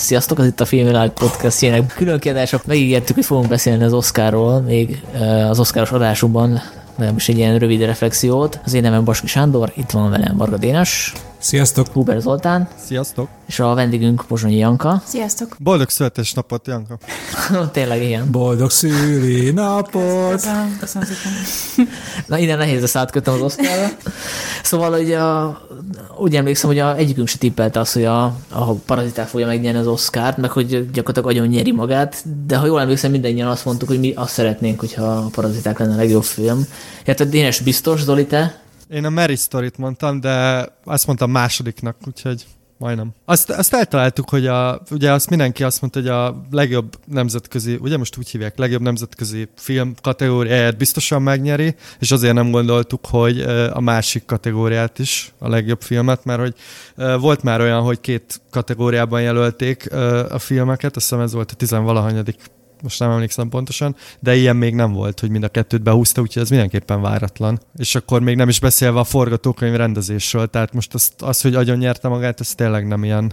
Sziasztok, az itt a Filmvilág podcastjének külön kiadások. Megígértük, hogy fogunk beszélni az Oscarról, még az Oscaros adásunkban, legalábbis egy ilyen rövid reflexiót. Az én nevem Baski Sándor, itt van velem Varga Dénes. Sziasztok! Huber Zoltán. Sziasztok! És a vendégünk Pozsonyi Janka. Sziasztok! Boldog születésnapot, Janka! Tényleg ilyen. Boldog szülinapot! Köszönöm szépen. Na, innen nehéz ezt átköttem az Oscarra. Szóval, hogy úgy emlékszem, hogy egyikünk se tippelte azt, hogy a Paraziták fogja megnyerni az Oscart, meg hogy gyakorlatilag agyon nyeri magát, de ha jól emlékszem, mindannyian azt mondtuk, hogy mi azt szeretnénk, hogyha a Paraziták lenne a legjobb film. Hát Dénes biztos, Zoli, te? Én a Mary Storyt mondtam, de azt mondtam másodiknak, úgyhogy majdnem. Azt eltaláltuk, hogy ugye azt mindenki azt mondta, hogy a legjobb nemzetközi, ugye most úgy hívják, legjobb nemzetközi film kategóriáját biztosan megnyeri, és azért nem gondoltuk, hogy a másik kategóriát is, a legjobb filmet, mert hogy volt már olyan, hogy 2 kategóriában jelölték a filmeket, azt hiszem ez volt a 10-valahanyadik, most nem emlékszem pontosan, de ilyen még nem volt, hogy mind a 2-t behúzta, úgyhogy ez mindenképpen váratlan. És akkor még nem is beszélve a forgatókönyv rendezésről, tehát most az hogy agyon nyerte magát, ez tényleg nem ilyen...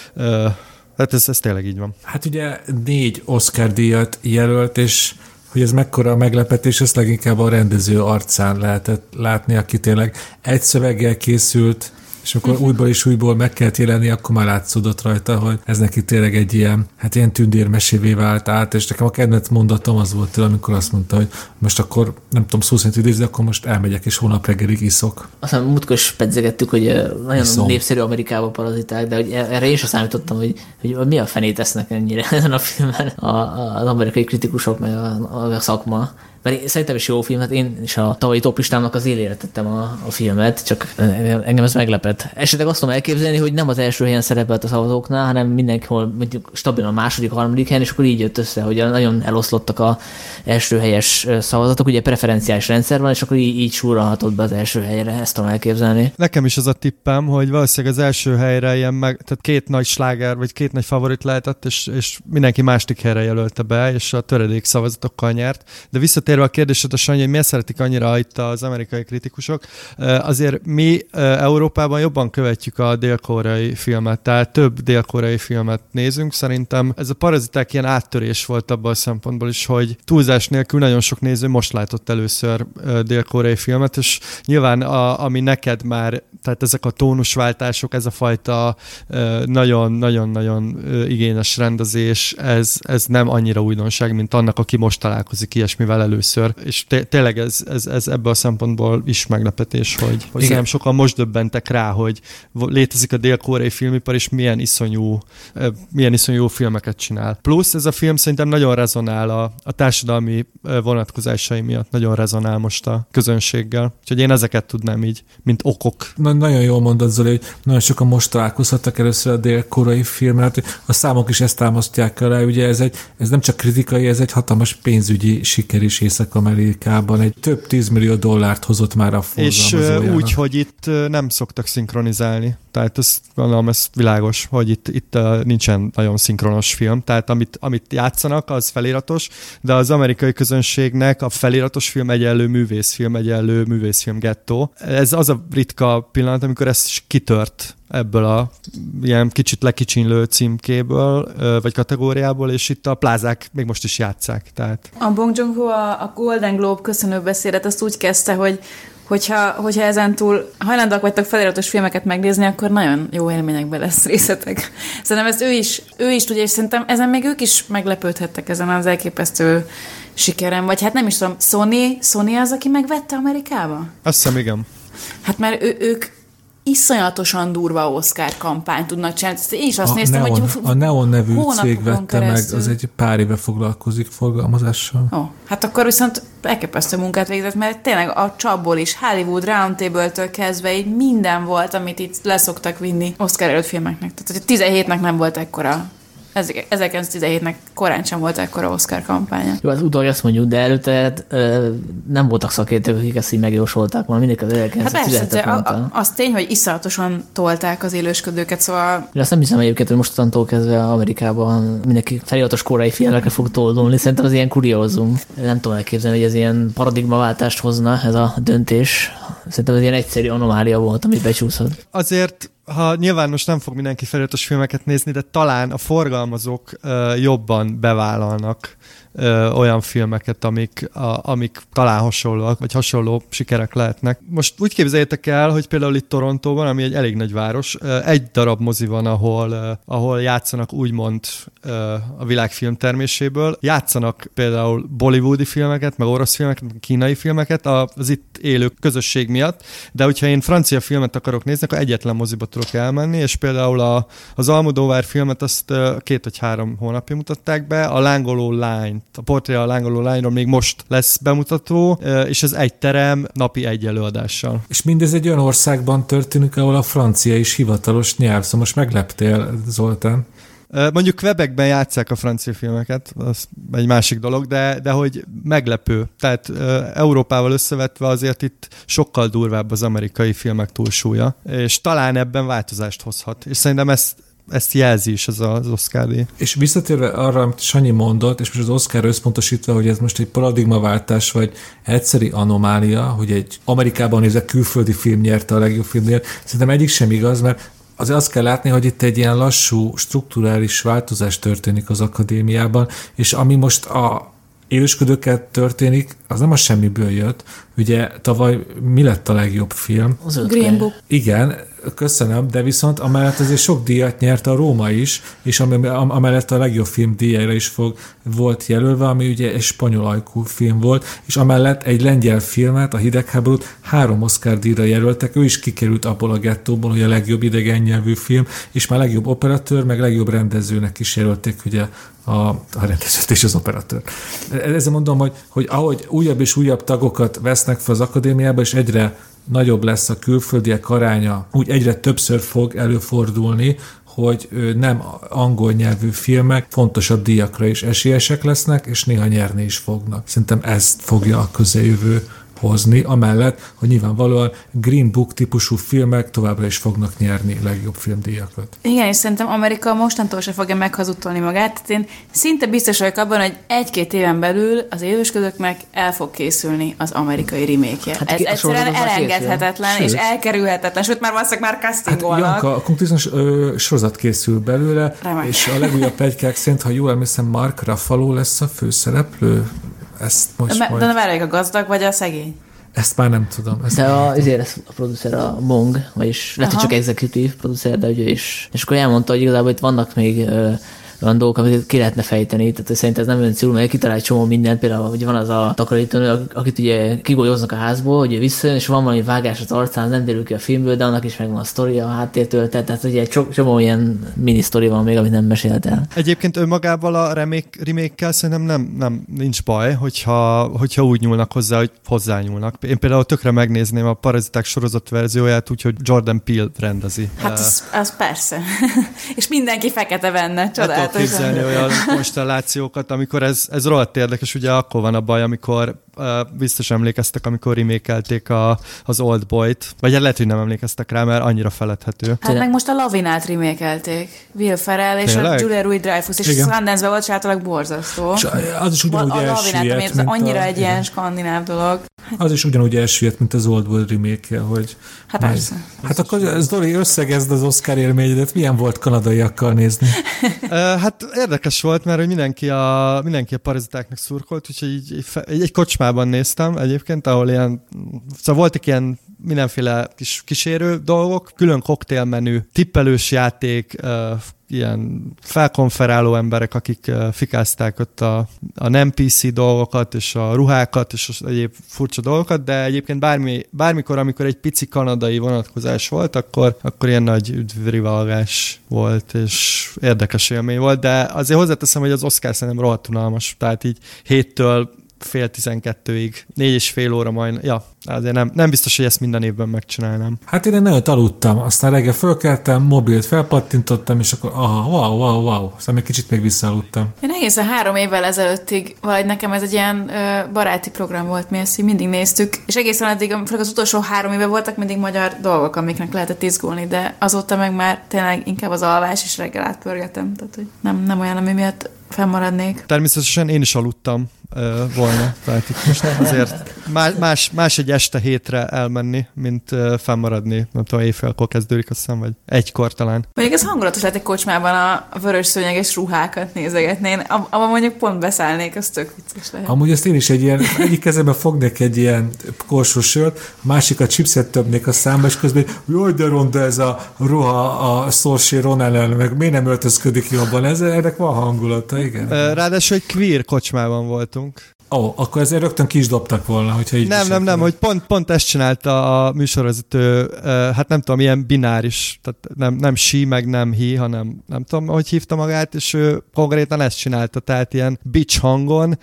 Hát ez tényleg így van. Hát ugye 4 Oscar díjat jelölt, és hogy ez mekkora meglepetés, ezt leginkább a rendező arcán lehetett látni, aki tényleg egy szöveggel készült, és akkor újból meg kellett jelenni, akkor már látszódott rajta, hogy ez neki tényleg egy ilyen tündérmesévé vált át, és nekem a kedvenc mondatom az volt tőle, amikor azt mondta, hogy most akkor, nem tudom szó szerint idézni, akkor most elmegyek, és hónap reggelig iszok. Aztán múltkor is pedzegettük, hogy nagyon népszerű Amerikában Paraziták, de hogy erre én sem számítottam, hogy mi a fenét esznek ennyire ezen a filmen az amerikai kritikusok, meg a szakma. Mert szerintem is jó film, hát én is a tavalyi toplistámnak az élére tettem a filmet, csak engem ez meglepett. Esetleg azt tudom elképzelni, hogy nem az első helyen szerepelt a szavazóknál, hanem mindenhol mondjuk stabilan a második, harmadik helyen, és akkor így jött össze, hogy nagyon eloszlottak az első helyes szavazatok, ugye preferenciális rendszer van, és akkor így súrolhatott be az első helyre, ezt tudom elképzelni. Nekem is az a tippem, hogy valószínűleg az első helyre tehát 2 nagy sláger, vagy 2 nagy favorit lehetett, és mindenki második helyre jelölte be, és a töredék szavazatokkal nyert. De visszatérve a kérdésedre, Sanyi, hogy miért szeretik annyira itt az amerikai kritikusok, azért mi Európában jobban követjük a dél-koreai filmet, tehát több dél-koreai filmet nézünk. Szerintem ez a Paraziták ilyen áttörés volt abban a szempontból is, hogy túlzás nélkül nagyon sok néző most látott először dél-koreai filmet, és nyilván ami neked már, tehát ezek a tónusváltások, ez a fajta nagyon-nagyon-nagyon igényes rendezés, ez nem annyira újdonság, mint annak, aki most találkozik ilyesmivel először. És tényleg ez ebből a szempontból is meglepetés, hogy nem sokan most döbbentek rá, hogy létezik a dél-koreai filmipar, és milyen iszonyú jó filmeket csinál. Plusz ez a film szerintem nagyon rezonál a társadalmi vonatkozásai miatt, nagyon rezonál most a közönséggel. Úgyhogy én ezeket tudnám így, mint okok. Nagyon jól mondod, Zoli, hogy nagyon sokan most találkozhattak először a dél-koreai filmmel. A számok is ezt támasztják alá, ugye ez nem csak kritikai, ez egy hatalmas pénzügyi siker is Észak-Amerikában, egy több 10 millió dollárt hozott már a forgalmazójának. És úgy, hogy itt nem szoktak szinkronizálni. Tehát gondolom, ez világos, hogy itt nincsen nagyon szinkronos film. Tehát amit játszanak, az feliratos, de az amerikai közönségnek a feliratos film egyenlő művészfilm gettó. Ez az a ritka pillanat, amikor ez kitört ebből a ilyen kicsit lekicsinlő címkéből, vagy kategóriából, és itt a plázák még most is játsszák. Tehát. A Bong Joon-ho a Golden Globe köszönőbeszédet azt úgy kezdte, hogyha ezentúl hajlandóak vagytok feliratos filmeket megnézni, akkor nagyon jó élményekben lesz részletek. Szerintem ezt ő is tudja, és szerintem ezen még ők is meglepődhettek ezen az elképesztő sikeren. Vagy hát nem is tudom, Sony az, aki megvette Amerikába? Azt hiszem, igen. Hát mert ők iszonyatosan durva Oscar kampányt tudnak csinálni. Én is azt néztem, hogy a Neon nevű cég vette meg, az egy pár éve foglalkozik forgalmazással. Hát akkor viszont elképesztő munkát végzett, mert tényleg a csapból is, Hollywood Roundtable-től kezdve így minden volt, amit itt leszoktak vinni Oscar előtt filmeknek. Tehát, hogy 17-nek nem volt ekkora 1917-nek korán sem volt ekkora Oscar kampánya. Jó, az utólag azt mondjuk, de előtte nem voltak szakértők, akik ezt így megjósolták, már mindig az 1917-et mondta. Az tény, hogy iszonyatosan tolták az élősködőket, szóval... De azt nem hiszem egyébként, hogy mostantól kezdve Amerikában mindenki feliratos koreai filmekre fog toldulni. Szerintem az ilyen kuriózum. Nem tudom elképzelni, hogy ez ilyen paradigmaváltást hozna, ez a döntés. Szerintem ez ilyen egyszerű anomália volt, amit becsúszott. Azért ha nyilván most nem fog mindenki feliratos filmeket nézni, de talán a forgalmazók jobban bevállalnak olyan filmeket, amik talán hasonlóak, vagy hasonló sikerek lehetnek. Most úgy képzeljétek el, hogy például itt Torontóban, ami egy elég nagy város, egy darab mozi van, ahol játszanak úgymond a világ filmterméséből. Játszanak például bollywoodi filmeket, meg orosz filmeket, meg kínai filmeket az itt élő közösség miatt, de hogyha én francia filmet akarok nézni, akkor egyetlen moziba tudok elmenni, és például az Almodóvár filmet azt 2 vagy 3 hónapja mutatták be, a Lángoló lányt, a Portré a lángoló lányról még most lesz bemutató, és ez egy terem napi egy előadással. És mindez egy olyan országban történik, ahol a francia is hivatalos nyelv, szóval most megleptél, Zoltán. Mondjuk Quebecben játsszák a francia filmeket, az egy másik dolog, de hogy meglepő. Tehát Európával összevetve azért itt sokkal durvább az amerikai filmek túlsúlya, és talán ebben változást hozhat. És szerintem ezt jelzi is ez az Oscar-díj. És visszatérve arra, amit Sanyi mondott, és most az Oscar összpontosítva, hogy ez most egy paradigmaváltás, vagy egyszeri anomália, hogy egy Amerikában nézett külföldi film nyerte a legjobb filmnél, szerintem egyik sem igaz, mert azért azt kell látni, hogy itt egy ilyen lassú, strukturális változás történik az akadémiában, és ami most a élősködőkkel történik, az nem a semmiből jött. Ugye tavaly mi lett a legjobb film? Green Book. Igen, köszönöm, de viszont amellett azért sok díjat nyert a Róma is, és amellett a legjobb film díjára is volt jelölve, ami ugye egy spanyol ajkú film volt, és amellett egy lengyel filmet, a Hidegháborút 3 Oscar díjra jelöltek, ő is kikerült abból a gettóból, hogy a legjobb idegen nyelvű film, és már legjobb operatőr, meg legjobb rendezőnek is jelölték ugye a rendezőt és az operatőr. Ezzel mondom, hogy ahogy újabb és újabb tagokat vesznek fel az akadémiába, és egyre nagyobb lesz a külföldiek aránya, úgy egyre többször fog előfordulni, hogy nem angol nyelvű filmek fontosabb díjakra is esélyesek lesznek, és néha nyerni is fognak. Szerintem ezt fogja a közeljövő hozni, amellett, hogy nyilvánvalóan Green Book típusú filmek továbbra is fognak nyerni legjobb filmdíjakat. Igen, és szerintem Amerika mostantól se fogja meghazudtolni magát. Tehát én szinte biztos vagyok abban, hogy 1-2 éven belül az élősködőknek el fog készülni az amerikai remake-je. Hát ez egyszerűen elengedhetetlen és elkerülhetetlen, sőt már valószínűleg már castingolnak. Hát Janka, a konkrétan sorozat készül belőle, és a legújabb plegykák szerint, ha jól emlékszem, Mark Ruffalo lesz a főszereplő. Ezt most de ne várják, a gazdag vagy a szegény? Ezt már nem tudom. De azért a producer a Mong, vagyis lehet, hogy csak executive producer, de ugye is. És akkor elmondta, hogy igazából itt vannak még olyan dolgok, amit ki lehetne fejteni, tehát szerintem ez nem olyan célul, mert kitalál egy csomó mindent, például hogy van az a takarítónő, akit ugye kigolyoznak a házból, hogy visszajön, és van valami vágás az arcán, nem derül ki a filmből, de annak is megvan a sztoria, a háttértől, tehát ugye egy csomó ilyen mini sztori van még, amit nem mesélt el. Egyébként önmagával a remake-kel szerintem nem nincs baj, hogyha úgy nyúlnak hozzá, hogy hozzányúlnak. Én például tökre megnézném a Paraziták sorozat verzióját, úgyhogy Jordan Peele rendezi. Hát az persze. És mindenki fekete benne, csodálatos. Képzelni olyan konstellációkat, amikor ez rohadt érdekes, ugye akkor van a baj, amikor biztos emlékeztek, amikor remake-elték az Old Boy-t, vagy lehet, hogy nem emlékeztek rá, mert annyira feledhető. Hát meg most a Lavinát remake-elték. Will Ferrell és a Julia Louis-Dreyfus, és Sundance-ben volt sátorlag borzasztó. Az is ugyanúgy elsüllyedt, mint annyira egy ilyen skandináv dolog. Az is ugyanúgy elsüllyedt, mint az Old Boy remake-je, hogy... Hát persze. Hát akkor Zoli, összegezd az Oscar élményedet, milyen volt kanadaiakkal nézni? Hát érdekes volt, mert hogy mindenki a Parazitáknak szurkolt, úgyhogy egy kocsmában néztem egyébként, ahol szóval voltak ilyen mindenféle kísérő dolgok, külön koktélmenü, tippelős játék, ilyen felkonferáló emberek, akik fikázták ott a nem PC dolgokat, és a ruhákat, és az egyéb furcsa dolgokat, de egyébként bármikor, amikor egy pici kanadai vonatkozás volt, akkor ilyen nagy üdvrivalgás volt, és érdekes élmény volt, de azért hozzáteszem, hogy az Oscar szerintem rohadt unalmas, tehát így 7-től fél 12-ig, 4,5 óra majd, azért nem biztos, hogy ezt minden évben megcsinálnám. Hát én nagyot aludtam, aztán reggel fölkeltem, mobilt felpattintottam, és akkor wow, aztán még kicsit még visszaaludtam. Én egészen 3 évvel ezelőttig, vagy nekem ez egy ilyen baráti program volt, mi ezt mindig néztük, és egészen addig, az utolsó 3 évben voltak mindig magyar dolgok, amiknek lehetett izgulni, de azóta meg már tényleg inkább az alvás, és reggel átpörgetem, tehát hogy nem olyan, ami miatt fennmaradnék. Természetesen én is aludtam volna, tehát itt most azért Más egy este hétre elmenni, mint fennmaradni, nem tudom, éjfélkor kezdődik, azt hiszem, vagy egykor talán. Mondjuk ez hangulatos lehet egy kocsmában a vörös szőnyeges ruhákat nézegetni. Én abban mondjuk pont beszállnék, az tök vicces lehet. Amúgy ezt én is egyik kezembe fognék egy ilyen korsó sört, másik a chipset többnék a számba, és közben, jaj, de ronda ez a ruha a Saoirse Ronan ellen, meg miért nem öltözködik jobban? Ennek van hangulata, igen. Ráadásul egy queer kocsmában voltunk. Akkor ezért rögtön ki is dobtak volna, hogyha így Nem, hogy pont ezt csinálta a műsorvezető, hát nem tudom, ilyen bináris, tehát nem she, meg nem he, hanem nem tudom, hogy hívta magát, és ő konkrétan ezt csinálta, tehát ilyen bitch hangon.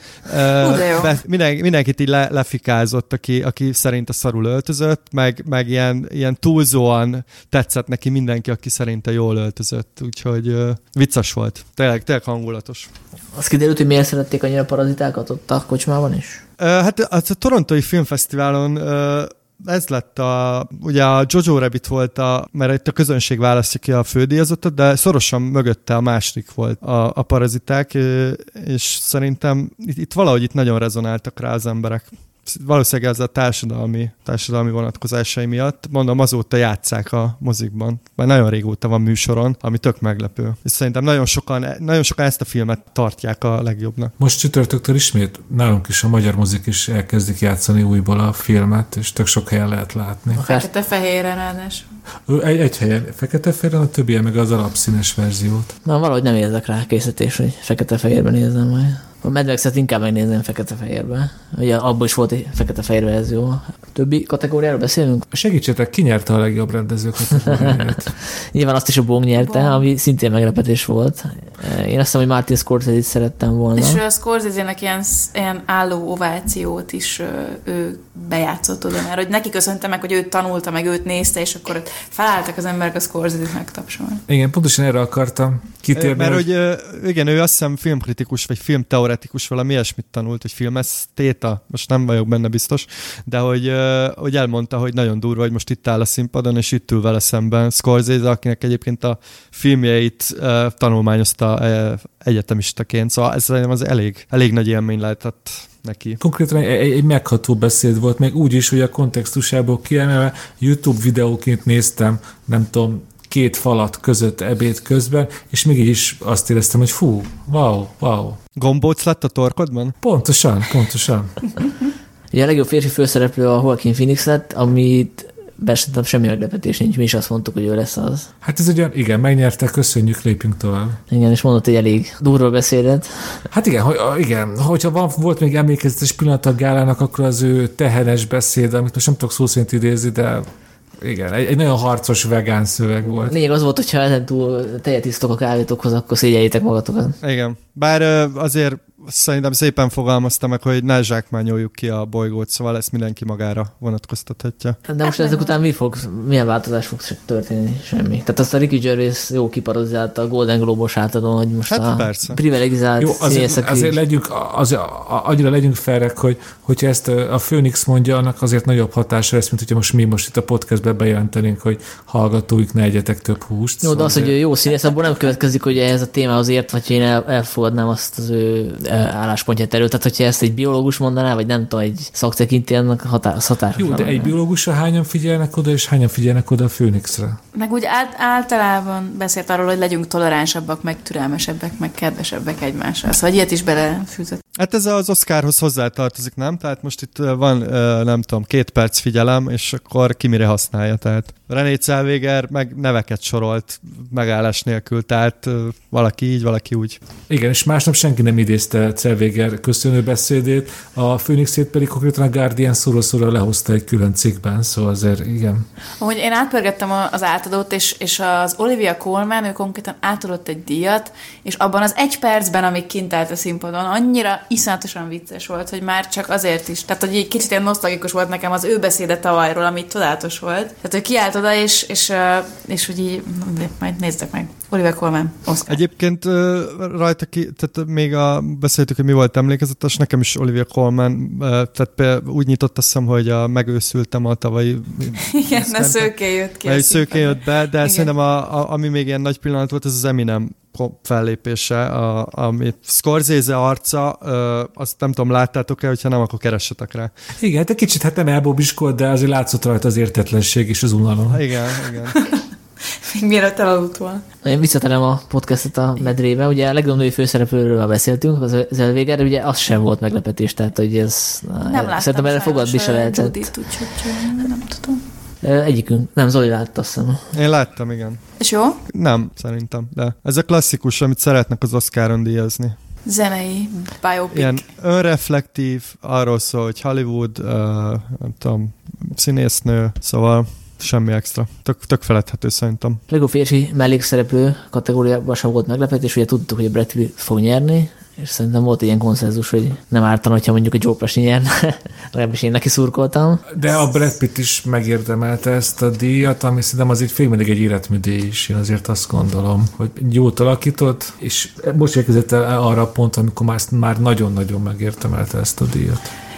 Mindenkit így lefikázott, aki szerint a szarul öltözött, meg ilyen túlzóan tetszett neki mindenki, aki szerinte jól öltözött, úgyhogy vicces volt. Tényleg hangulatos. Azt kiderült, hogy miért szerették annyira parazitákat ott a kocsmában is? Hát a Torontói Filmfesztiválon ez lett ugye a Jojo Rabbit volt, mert itt a közönség választja ki a fődíjazottat, de szorosan mögötte a második volt a Paraziták, és szerintem itt valahogy nagyon rezonáltak rá az emberek. Valószínűleg ez a társadalmi vonatkozásai miatt. Mondom, azóta játsszák a mozikban. Már nagyon régóta van műsoron, ami tök meglepő. És szerintem nagyon sokan ezt a filmet tartják a legjobbnak. Most csütörtöktől ismét nálunk is a magyar mozik is elkezdik játszani újból a filmet, és tök sok helyen lehet látni. Fekete-fehérre ráadásul. Egy helyen fekete-fehérren, a többi meg az alapszínes verziót. Na, valahogy nem érzek rá készítés, hogy fekete-fehérben nézem majd. A Mad Max-et inkább megnézem fekete-fehérben. Ugye abból is volt egy fekete-fehér verzió. A többi kategóriáról beszélünk? Segítsetek, ki nyerte a legjobb rendező kategóriát? Nyilván azt is a Bong nyerte, ami szintén meglepetés volt. Én azt hiszem, hogy Martin Scorsese-t szerettem volna. És a Scorsese-nek ilyen álló ovációt is ő bejátszott oda, mert hogy neki köszönte meg, hogy őt tanulta, meg őt nézte, és akkor felálltak az emberek a Scorsese-t megtapsolni. Igen, pontosan erre akartam kitérni. Mert hogy igen, ő azt hiszem filmkritikus, vagy filmteoretikus, valami ilyesmit tanult, hogy filmesztéta, most nem vagyok benne biztos, de hogy elmondta, hogy nagyon durva, hogy most itt áll a színpadon, és itt ül vele szemben Scorsese, akinek egyébként a filmjeit tanulmányozta egyetemistaként, szóval ez az elég nagy élmény lehetett neki. Konkrétan egy megható beszéd volt, meg úgy is, hogy a kontextusából kiemelve YouTube videóként néztem, nem tudom, 2 falat között ebéd közben, és még így is azt éreztem, hogy fú, wow. Gombóc lett a torkodban? Pontosan. Ugye a legjobb férfi főszereplő a Joaquin Phoenix lett, amit szerintem semmi meglepetés nincs, mi is azt mondtuk, hogy ő lesz az. Hát ez ugyan, igen, megnyerte, köszönjük, lépjünk tovább. Igen, és mondott egy elég durva beszédet. Hát igen, hogyha volt még emlékezetes pillanat a gálának, akkor az ő tehenes beszéd, amit most nem tudok szó szerint idézni, de igen, egy nagyon harcos vegán szöveg volt. Lényeg az volt, hogyha ezentúl tejet isztok a kávétokhoz, akkor szégyeljétek magatokat. Igen, bár azért szerintem szépen fogalmazta meg, hogy ne zsákmányoljuk ki a bolygót, szóval ezt mindenki magára vonatkoztathatja. De most ezek után milyen változás fog történni? Semmi. Tehát azt a Ricky Gervais jó kiparodizálta a Golden Globe-os átadón, hogy most a privilegizált színészek. Azért annyira legyünk felrek, hogyha ezt a Phoenix mondja, annak azért nagyobb hatása lesz, mint hogyha most mi itt a podcastben bejelentenénk, hogy hallgatóik, ne egyetek több húst. Jó, de az, hogy jó színész, abból nem következik, hogy ehhez a témához ért, vagy én elfogadnám azt az ő álláspontját erről. Tehát, hogyha ezt egy biológus mondaná, vagy nem tudom, egy szaktekinti, annak hatásos. Jó, de egy biológusra hányan figyelnek oda, és hányan figyelnek oda a Phoenixre? Meg úgy általában beszélt arról, hogy legyünk toleránsabbak, meg türelmesebbek, meg kedvesebbek egymással. Szóval ilyet is belefűzött. Hát ez az Oscarhoz hozzátartozik, nem? Tehát most itt van, nem tudom, 2 perc figyelem, és akkor ki mire használja. Tehát René Zellweger meg neveket sorolt megállás nélkül, tehát valaki így, valaki úgy. Igen, és másnap senki nem idézte Zellweger köszönő beszédét, a Phoenixét pedig konkrétan a Guardian szóra lehozta egy külön cikkben, szóval azért igen. Ahogy én átpörgettem az átadót, és az Olivia Colman, ő konkrétan átadott egy díjat, és abban az 1 percben, amíg kint állt a színpadon, annyira iszonyatosan vicces volt, hogy már csak azért is. Tehát, hogy egy kicsit ilyen nosztalgikus volt nekem az ő beszéde tavalyról, ami csodálatos volt. Tehát, hogy kiállt oda, és hogy így, majd nézzek meg. Olivia Colman, Oscar. Egyébként rajta tehát még beszéltük, hogy mi volt emlékezetes, nekem is Olivia Colman, tehát úgy nyitott, azt hiszem, hogy megőszültem a tavalyi... Igen, a szőké jött ki. Szőké jött be, de igen. Szerintem ami még ilyen nagy pillanat volt, ez az Eminem fellépése, ami Scorsese arca, azt nem tudom, láttátok-e, hogyha nem, akkor keressetek rá. Igen, hát egy kicsit nem elbobiskolt, de azért látszott rajta az értetlenség és az unalom. Igen. Még mielőtt elaludt volna. Én visszaterem a podcastot a medrébe. Ugye a legjobb női főszereplőről beszéltünk az elvégére, ugye az sem volt meglepetés, tehát hogy ez... Nem láttam szerintem erre fogadni se lehetett. Judit, úgyhogy nem tudom. Egyikünk. Nem, Zoli látta, azt hiszem. Én láttam, igen. És jó? Nem, szerintem, de ez a klasszikus, amit szeretnek az Oscaron díjazni. Zenei biopic. Ilyen önreflektív, arról szól, hogy Hollywood, nem tudom, színésznő, szóval semmi extra. Tök feledhető szerintem. Legjobb férfi mellékszereplő kategóriában sem volt meglepetés, ugye tudtuk, hogy a Brad Pitt fog nyerni, és szerintem volt ilyen konszenzus, hogy nem ártana, hogyha mondjuk a Joe Pesci nyerne, legalábbis én neki szurkoltam. De a Brad Pitt is megérdemelte ezt a díjat, ami szerintem azért még mindig egy életműdíj is, én azért azt gondolom, hogy jót alakított, és most érkezett el arra a pont, amikor már nagyon-nagyon megérdemelte ezt a díjat.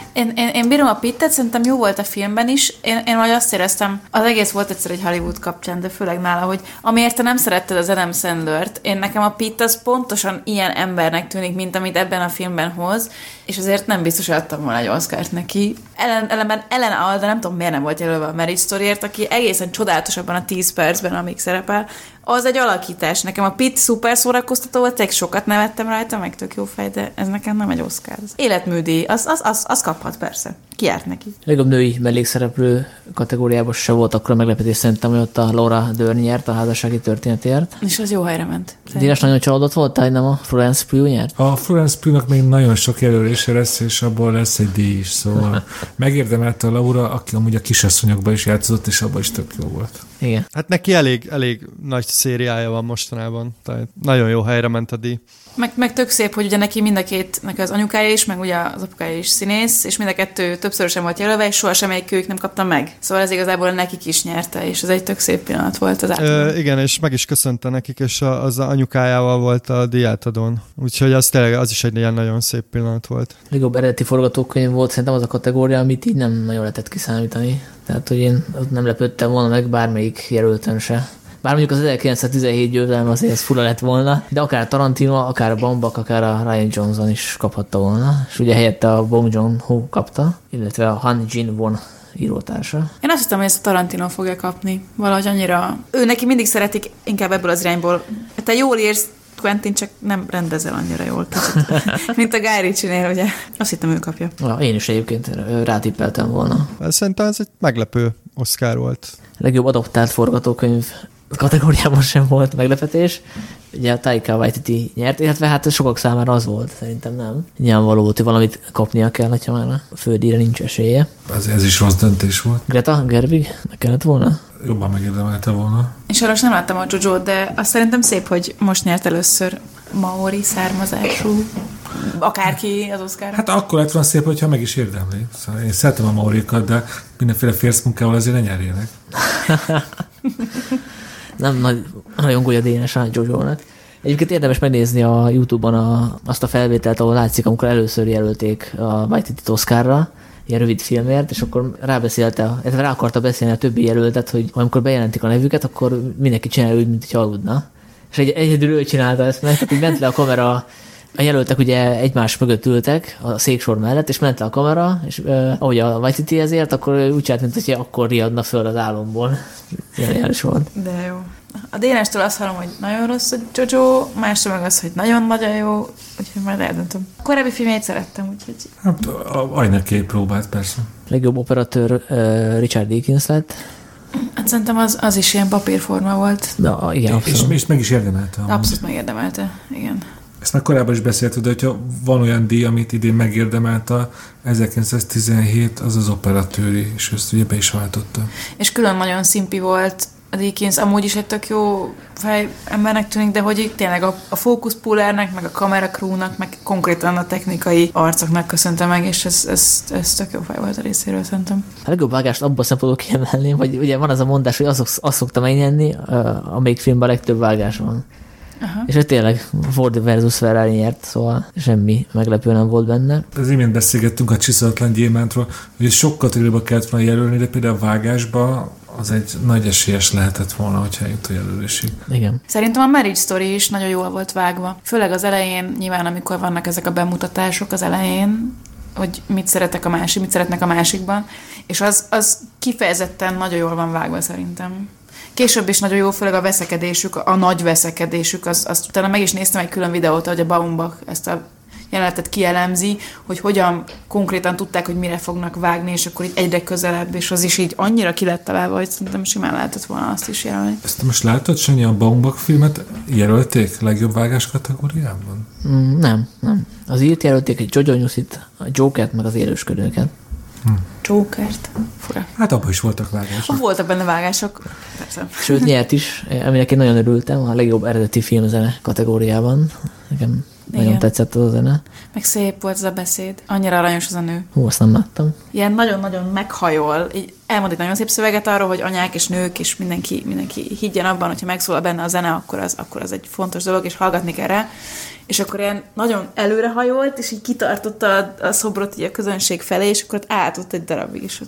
Én bírom a Pittet, szerintem jó volt a filmben is. Én majd azt éreztem, az egész volt egyszer egy Hollywood kapcsán, de főleg nála, hogy amiért te nem szeretted az Adam Sandlert, nekem a Pitt az pontosan ilyen embernek tűnik, mint amit ebben a filmben hoz, és azért nem biztos, hogy adtam volna egy Oscart neki. Ellen Alda, nem tudom miért nem volt jelölve a Marriage Storyért, aki egészen csodálatos abban a 10 percben, amíg szerepel. Az egy alakítás. Nekem a Pitt szuper szórakoztató volt, tényleg sokat nevettem rajta, meg tök jó fej, de ez nekem nem egy Oscar. Életműdíj, az kaphat persze. Ki járt neki. Legjobb női mellékszereplő kategóriában se volt akkor a meglepetés, szerintem, hogy ott a Laura Dern nyert a házassági történetért. És az jó helyre ment. Dénes nagyon csalódott volt, hogy nem a Florence Pugh nyert? A Florence Pugh-nak még nagyon sok jelölése lesz, és abból lesz egy díj is, szóval megérdemelte a Laura, aki amúgy a Kisasszonyokban is játszott, és abban is tök jó volt. Igen. Hát neki elég nagy szériája van mostanában, tehát nagyon jó helyre ment a díj. Meg tök szép, hogy ugye neki mind a két, neki az anyukája is, meg ugye az apukája is színész, és mind a kettő többszörösen volt jelölve, és sohasem egyikük nem kapta meg. Szóval ez igazából nekik is nyerte, és ez egy tök szép pillanat volt az átadón. Igen, és meg is köszönte nekik, és az anyukájával volt a díjátadón. Úgyhogy az tényleg az is egy ilyen nagyon szép pillanat volt. Legjobb eredeti forgatókönyv volt szerintem az a kategória, amit így nem nagyon lehetett kiszámítani. Tehát, hogy én nem lepődtem volna meg bármelyik jelölten se. Bár mondjuk az 1917 győzelem azért ez fura lett volna, de akár Tarantino, akár a Baumbach, akár a Ryan Johnson is kaphatta volna. És ugye helyette a Bong Joon-ho kapta, illetve a Han Jin-won írótársa. Én azt hittem, hogy ezt a Tarantino fogja kapni. Valahogy annyira... Ő neki mindig szeretik inkább ebből az irányból. Te jól írsz, Quentin, csak nem rendezel annyira jól kicsit. Mint a Guy Ritchie-nél, ugye? Azt hittem, ő kapja. Én is egyébként rátippeltem volna. Szerintem ez egy meglepő Oscar volt. Legjobb adaptált forgatókönyv kategóriában sem volt meglepetés. Ugye a Taika Waititi nyert, illetve hát sokak számára az volt, szerintem nem. Nyilvánvaló volt, hogy valamit kapnia kell, hogyha már a fődíjra nincs esélye. Ez is rossz döntés volt. Greta Gerwig kellett volna? Jobban megérdemelte volna. És arra nem láttam a Jojo-t, de azt szerintem szép, hogy most nyert először maori származású akárki az Oscar. Hát akkor lett volna szép, hogyha meg is érdemli. Szóval én szeretem a maorikat, de mindenféle férszmunkával azért ne nyerjenek. Nem nagy rajongója Dénes a Jojo-nak. Egyébként érdemes megnézni a YouTube-on azt a felvételt, ahol látszik, amikor először jelölték a Waititit Oscarra, ilyen rövid filmért, és akkor rá akarta beszélni a többi jelöltet, hogy amikor bejelentik a nevüket, akkor mindenki csinálja úgy, mintha aludna. És egyedül ő csinálta ezt, mert így ment le a kamera, a jelöltek ugye egymás mögött ültek a széksor mellett, és ment le a kamera, és ahogy a Waititi ezért, akkor úgy csinált, mint hogy akkor riadna föl az álomból. Ilyen jeles volt. De jó. A Dénestől azt hallom, hogy nagyon rossz a Jojo, másról meg az, hogy nagyon-nagyon jó, úgyhogy majd eldöntöm. A korábbi filmjét szerettem, úgyhogy... Hát ajnak próbált, persze. Legjobb operatőr Richard Deakins lett. Hát szerintem az is ilyen papírforma volt. De, igen, abszolút. És meg is érdemelte. Abszolút megérdemelte, igen. Ezt már korábban is beszéltük, de hogyha van olyan díj, amit idén megérdemelte, 1917, az az operatőri, és ezt ugye be is váltotta. És külön nagyon szimpi volt a Deakins, amúgy is egy tök jó fej embernek tűnik, de hogy tényleg a fókuszpullernek, meg a kamerakrónak, meg konkrétan a technikai arcoknak köszönte meg, és ez tök jó fej volt a részéről, szerintem. A legjobb vágást abban a szempontból kiemelni, hogy ugye van az a mondás, hogy azt szokta megnyerni, amelyik filmben a legtöbb vágás van. Aha. És hogy tényleg Ford versus Ferrari nyert, szóval semmi meglepő nem volt benne. Az imént beszélgettünk a Csiszolatlan gyémántról, hogy sokkal kategóriába kellett volna jelölni, de például a vágásba az egy nagy esélyes lehetett volna, hogyha eljut a jelölésig. Igen. Szerintem a Marriage Story is nagyon jól volt vágva. Főleg az elején, nyilván amikor vannak ezek a bemutatások az elején, hogy mit szeretnek a másikban, és az kifejezetten nagyon jól van vágva szerintem. Később is nagyon jó, főleg a veszekedésük, a nagy veszekedésük, azt utána meg is néztem egy külön videót, hogy a Baumbach ezt a jelenetet kielemzi, hogy hogyan konkrétan tudták, hogy mire fognak vágni, és akkor itt egyre közelebb, és az is így annyira ki lett találva, hogy szerintem simán lehetett volna azt is jelölni. Ezt most látod, Sanyi, a Baumbach filmet jelölték legjobb vágás kategóriában? Nem. Az írt jelölték egy Jojo Newsit, a Jokert, meg az élősködőket. Jokert. Fura. Hát abban is voltak vágások. Voltak benne vágások, persze. Sőt, nyert is, aminek én nagyon örültem, a legjobb eredeti filmzene kategóriában. Nekem nagyon tetszett az a zene. Meg szép volt ez a beszéd. Annyira aranyos az a nő. Hú, azt nem láttam. Ilyen nagyon-nagyon meghajol. Így elmond egy nagyon szép szöveget arról, hogy anyák és nők, és mindenki higgyen abban, hogyha megszólal benne a zene, akkor az egy fontos dolog, és hallgatni kell rá. És akkor ilyen nagyon előrehajolt, és így kitartotta a szobrot így a közönség felé, és akkor ott állt ott egy darabig, és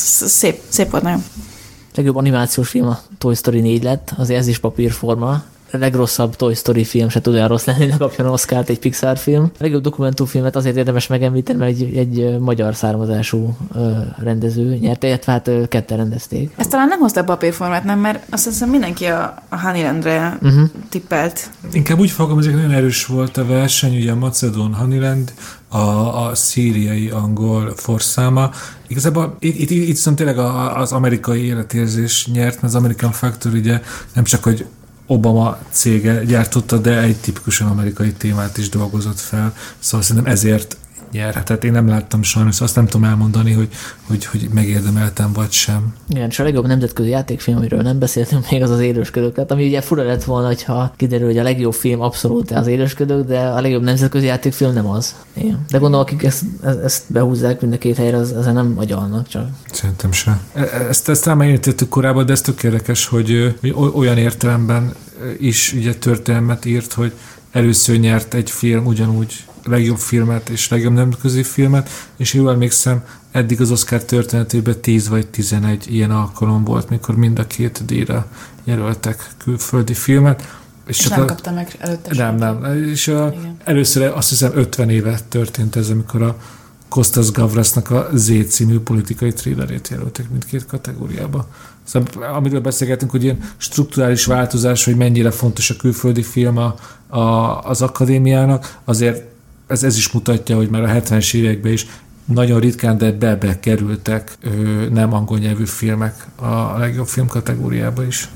szép volt nagyon. Legjobb animációs film a Toy Story 4 lett, azért ez is papírforma. A legrosszabb Toy Story film se tud olyan rossz lenni, hogy kapjon Oscart egy Pixar film. A legjobb dokumentumfilmet azért érdemes megemlíteni, mert egy magyar származású rendező nyerte, illetve hát ketten rendezték. Ezt talán nem hozta papírformát, nem? Mert azt hiszem mindenki a Honeylandre tippelt. Inkább úgy fogom, hogy nagyon erős volt a verseny, ugye a Macedón Honeyland, a szíriai angol forszáma. Igazából itt viszont tényleg az amerikai életérzés nyert, mert az American Factor ugye nem csak, hogy Obama cége gyártotta, de egy tipikusan amerikai témát is dolgozott fel. Szóval szerintem ezért nyerhetett. Én nem láttam sajnos, azt nem tudom elmondani, hogy megérdemeltem vagy sem. Igen, és a legjobb nemzetközi játékfilm, amiről nem beszéltünk még, az az Élősködőket, ami ugye fura lett volna, hogyha kiderül, hogy a legjobb film abszolút az Élősködők, de a legjobb nemzetközi játékfilm nem az. Igen. De gondolom, akik ezt behúzzák mind a két helyre, ezen nem agyalnak csak. Szerintem sem. Ezt rám értettük korábban, de ez tök érdekes, hogy olyan értelemben is ugye történelmet írt, hogy először nyert egy film ugyanúgy legjobb filmet és legjobb nemzetközi filmet, és jól emlékszem, eddig az Oscar történetében 10 vagy 11 ilyen alkalom volt, mikor mind a két díjra jelöltek külföldi filmet. És nem kaptam meg előtte. Nem. És először azt hiszem 50 éve történt ez, amikor a Kostas Gavrasnak a Z című politikai thrillerét jelöltek mindkét kategóriába. Szóval, amiről beszélgetünk, hogy ilyen strukturális változás, hogy mennyire fontos a külföldi film az akadémiának, azért ez is mutatja, hogy már a 70-es években is nagyon ritkán, de be kerültek nem angol nyelvű filmek a legjobb film kategóriába is.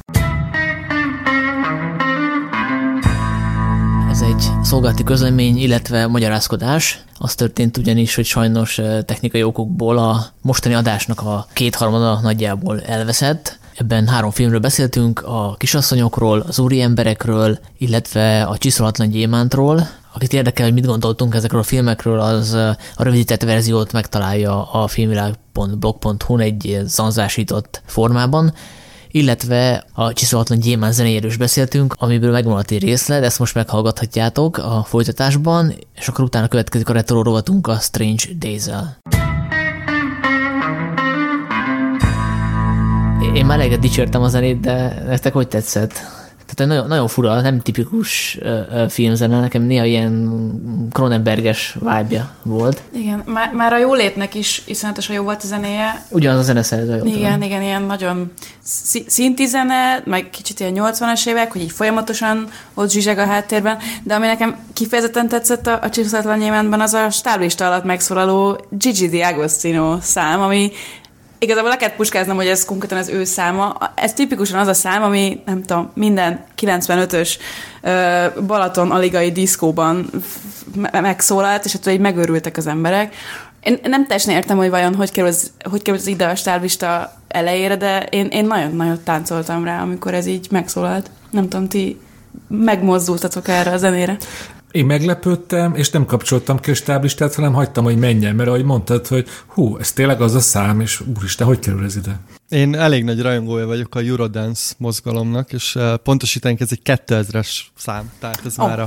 Ez egy szolgálati közlemény, illetve magyarázkodás. Az történt ugyanis, hogy sajnos technikai okokból a mostani adásnak a 2/3 nagyjából elveszett. Ebben 3 filmről beszéltünk, a Kisasszonyokról, az Úriemberekről, illetve a Csiszolatlan gyémántról. Akit érdekel, hogy mit gondoltunk ezekről a filmekről, az a rövidített verziót megtalálja a filmvilág.blog.hu-n egy zanzásított formában, illetve a Csiszolatlan gyémánt zenéjéről is beszéltünk, amiből megmaradt egy részlet, ezt most meghallgathatjátok a folytatásban, és akkor utána következik a retro rovatunk a Strange Days-el. Én már eleget dicsértem a zenét, de nektek hogy tetszett? Tehát nagyon, nagyon fura, nem tipikus filmzene, nekem néha ilyen Cronenberges vibe-ja volt. Igen, már a Jólétnek is iszonyatosan jó volt a zenéje. Ugyanaz a zeneszerző. Igen, ilyen nagyon szinti zene, meg kicsit ilyen 80-as évek, hogy így folyamatosan ott zsizseg a háttérben, de ami nekem kifejezetten tetszett a Csiszolatlan gyémántban, az a stáblista alatt megszólaló Gigi D'Agostino szám, ami igazából le kellett puskáznom, hogy ez konkrétan az ő száma. Ez tipikusan az a szám, ami nem tudom, minden 95-ös Balaton aligai diszkóban megszólalt, és attól így megőrültek az emberek. Én nem teljesen értem, hogy vajon hogy kerül az ide a stáblista elejére, de én nagyon-nagyon táncoltam rá, amikor ez így megszólalt. Nem tudom, ti megmozdultatok erre a zenére? Én meglepődtem, és nem kapcsoltam ki a stáblistát, hanem hagytam, hogy menjen, mert ahogy mondtad, hogy ez tényleg az a szám, és úristen, hogy kerül ez ide? Én elég nagy rajongója vagyok a Eurodance mozgalomnak, és pontosítanánk, ez egy 2000-es szám, tehát ez már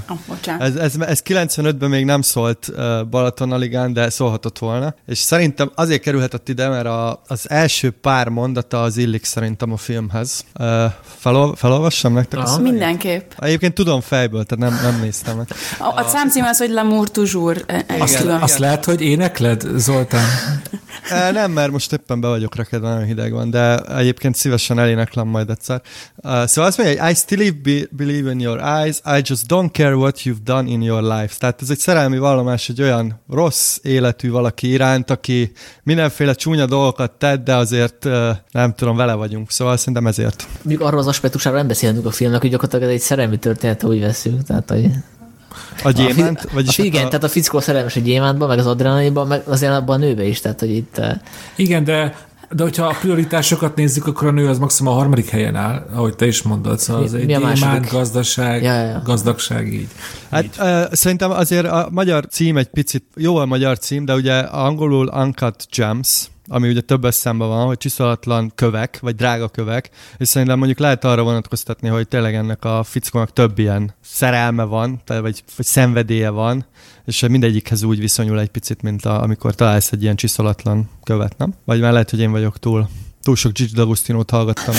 ez 95-ben még nem szólt Balaton-Aligán, de szólhatott volna, és szerintem azért kerülhetett ide, mert az első pár mondata az illik szerintem a filmhez. Felolvassam nektek? Mindenképp. Egyébként tudom fejből, tehát nem néztem meg. A számcím az, hogy L'amour toujours. Azt lehet, hogy énekled, Zoltán? Nem, mert most éppen be vagyok rekedve, nagyon hideg van, de egyébként szívesen eléneklem majd egyszer. Szóval azt mondja, I still believe in your eyes, I just don't care what you've done in your life. Tehát ez egy szerelmi vallomás egy olyan rossz életű valaki iránt, aki mindenféle csúnya dolgokat tett, de azért nem tudom, vele vagyunk. Szóval szerintem ezért. Mondjuk arról az aspektusáról nem beszélünk a filmnek, hogy gyakorlatilag ez egy szerelmi történet, úgy veszünk. Tehát, hogy a gyémánt? Igen, tehát a fickó szerelmes a gyémántban, meg az adrenalinban, meg azért abban a nőbe is, tehát hogy itt... Igen, de hogyha a prioritásokat nézzük, akkor a nő az maximum a 3. helyen áll, ahogy te is mondod, szóval az egy gyémánt, gazdaság, gazdagság így. Hát így. Szerintem azért a magyar cím egy picit, jó a magyar cím, de ugye angolul Uncut Gems, ami ugye több eszemben van, hogy csiszolatlan kövek, vagy drága kövek, és szerintem mondjuk lehet arra vonatkoztatni, hogy tényleg ennek a fickónak több ilyen szerelme van, vagy szenvedélye van, és mindegyikhez úgy viszonyul egy picit, mint amikor találsz egy ilyen csiszolatlan követ, nem? Vagy már lehet, hogy én vagyok túl sok Gigi D'Agostinót hallgattam.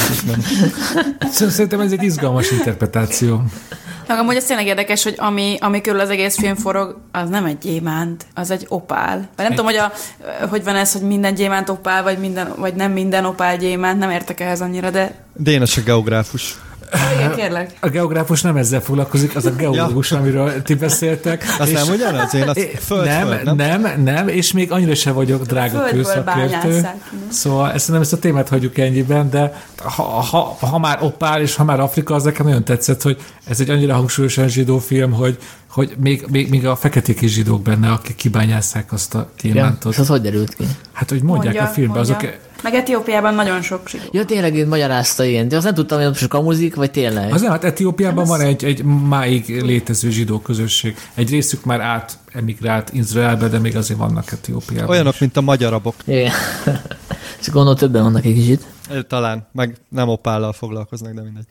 Szerintem ez egy izgalmas interpretáció. Meg amúgy ez tényleg érdekes, hogy ami körül az egész film forog, az nem egy gyémánt, az egy opál. Vagy nem tudom, hogy van ez, hogy minden gyémánt opál, vagy nem minden opál gyémánt, nem értek ehhez annyira, de... Dénes a geográfus. Igen, kérlek. A geográfus nem ezzel foglalkozik, az a geológus, amiről ti beszéltek. Azt nem ugyanaz? Én azt nem, és még annyira se vagyok drága kőszakértő. Szóval ezt a témát hagyjuk ennyiben, de ha már opál és ha már Afrika, az nekem nagyon tetszett, hogy ez egy annyira hangsúlyosan zsidó film, hogy még a feketék is zsidók benne, akik kibányásszák azt a gyémántot. És az hogy derült ki? Hát, hogy mondják a filmben. Azok... Meg Etiópiában nagyon sok zsidó. Ja, tényleg én magyarázta ilyen. De azt nem tudtam, hogy most kamuzik, vagy tényleg. Az nem, hát Etiópiában van egy máig létező zsidó közösség. Egy részük már átemigrált Izraelbe, de még azért vannak Etiópiában. Olyanok, is. Mint a magyarabok. Igen. És gondolom többen vannak egy kicsit. Talán. Meg nem opállal foglalkoznak, de mindegy.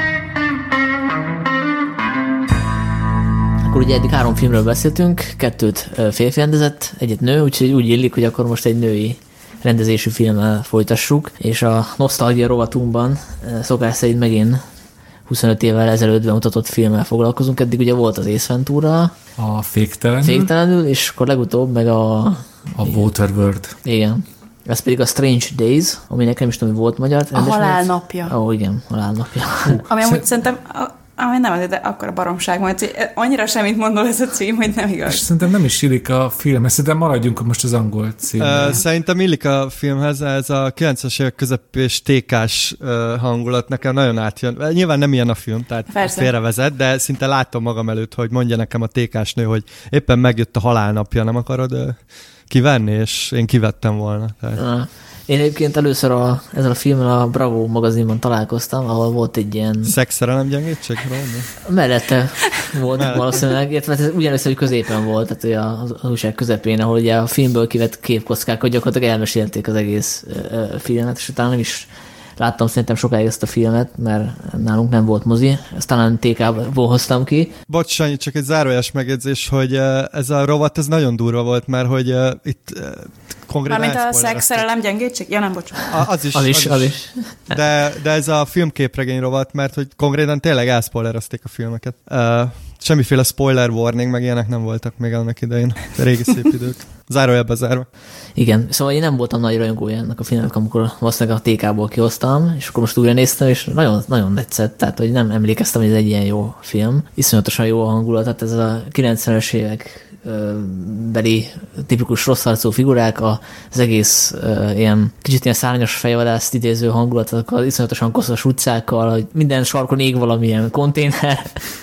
Akkor ugye eddig 3 filmről beszéltünk, 2 férfi rendezett, 1 nő, úgyhogy úgy illik, hogy akkor most egy női rendezésű filmmel folytassuk, és a nosztalgia rovatunkban szokás szerint megint 25 évvel ezelőtt bemutatott filmmel foglalkozunk. Eddig ugye volt az Ace Ventura, a Féktelenül, és akkor legutóbb meg a Waterworld. Igen. Ez pedig a Strange Days, aminek nem is tudom, hogy volt magyar. A halál napja. Igen, halál napja. Ami amúgy szerintem... nem azért, de akkora baromság majd, hogy annyira semmit mondol ez a cím, hogy nem igaz. És szerintem nem is illik a filmhez, szerintem maradjunk most az angol címben. Szerintem illik a filmhez, ez a 90-es évek közepés tékás hangulat nekem nagyon átjön. Nyilván nem ilyen a film, tehát félrevezet, de szinte látom magam előtt, hogy mondja nekem a tékás nő, hogy éppen megjött a halálnapja, nem akarod kivenni, és én kivettem volna. Tehát. Én egyébként először ezzel a filmmel a Bravo magazinban találkoztam, ahol volt egy ilyen... Szexszerelem gyengétség? Mellette volt valószínűleg, illetve ugyanúgy, hogy középen volt, tehát az újság közepén, ahol ugye a filmből kivett képkockákat gyakorlatilag elmesélték az egész filmet, és utána nem is láttam szerintem sokáig ezt a filmet, mert nálunk nem volt mozi, ezt talán TK-ból hoztam ki. Bocs, Sanyi, csak egy zárójeles megjegyzés, hogy ez a rovat, ez nagyon durva volt, mert hogy itt konkrétan... Mármint a szexszerelem gyengétség? Ja, nem, bocsánat. Az is. De ez a filmképregény rovat, mert hogy konkrétan tényleg elszpoilerezték a filmeket. Semmiféle spoiler warning, meg ilyenek nem voltak még annak idején. De régi szép idők. Zárójelbe zárva. Igen, szóval én nem voltam nagy rajongója ennek a filmnek, amikor valószínűleg a TK-ból kihoztam, és akkor most újra néztem, és nagyon, nagyon tetszett, tehát hogy nem emlékeztem, hogy ez egy ilyen jó film. Iszonyatosan jó a hangulat, tehát ez a 90-es évek beli tipikus rosszarcú figurák, az egész ilyen kicsit ilyen szárnyas fejvadászt idéző hangulat, az iszonyatosan koszos utcákkal, hogy minden sarkon ég valamilyen konténer.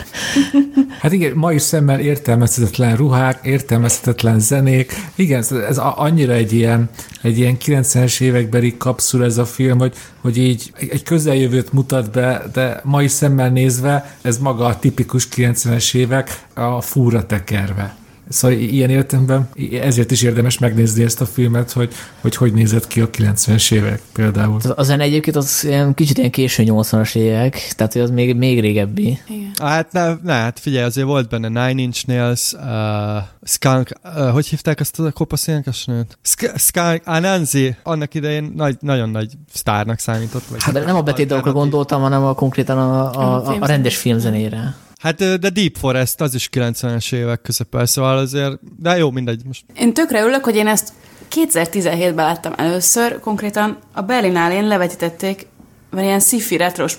Hát igen, ma is szemmel értelmezhetetlen ruhák, értelmezhetetlen zenék. Igen, ez annyira egy ilyen 90-es évekbeli kapszul ez a film, hogy így egy közeljövőt mutat be, de ma is szemmel nézve ez maga a tipikus 90-es évek a fúra tekerve. Szóval ilyen értelemben ezért is érdemes megnézni ezt a filmet, hogy nézett ki a 90-es évek például. A zene egyébként az kicsit ilyen késő 80-as évek, tehát hogy az még régebbi. Igen. Hát figyelj, azért volt benne Nine Inch Nails, Skunk, hogy hívták azt a kopasz énekesnőt? Skunk Anansi, annak idején nagyon nagy sztárnak számított. Vagy Hát nem a betétdalokra gondoltam, hanem konkrétan a rendes filmzenére. Hát de Deep Forest az is 90-es évek közepén, szóval azért, de jó, mindegy most. Én tökre örülök, hogy én ezt 2017-ben láttam először, konkrétan a Berlinálén levetítették, mert ilyen sci-fi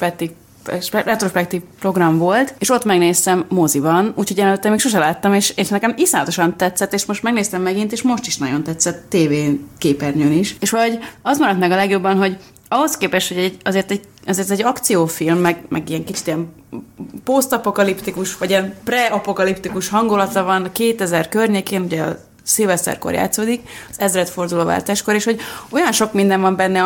retrospektív program volt, és ott megnéztem moziban, úgyhogy előtte még sose láttam, és nekem iszonyatosan tetszett, és most megnéztem megint, és most is nagyon tetszett TV képernyőn is. És valahogy az maradt meg a legjobban, hogy ahhoz képest, hogy azért egy akciófilm, meg ilyen kicsit ilyen posztapokaliptikus, vagy ilyen pre-apokaliptikus hangulata van 2000 környékén, ugye a szilveszterkor játszódik, az ezredfordulóváltáskor, és hogy olyan sok minden van benne,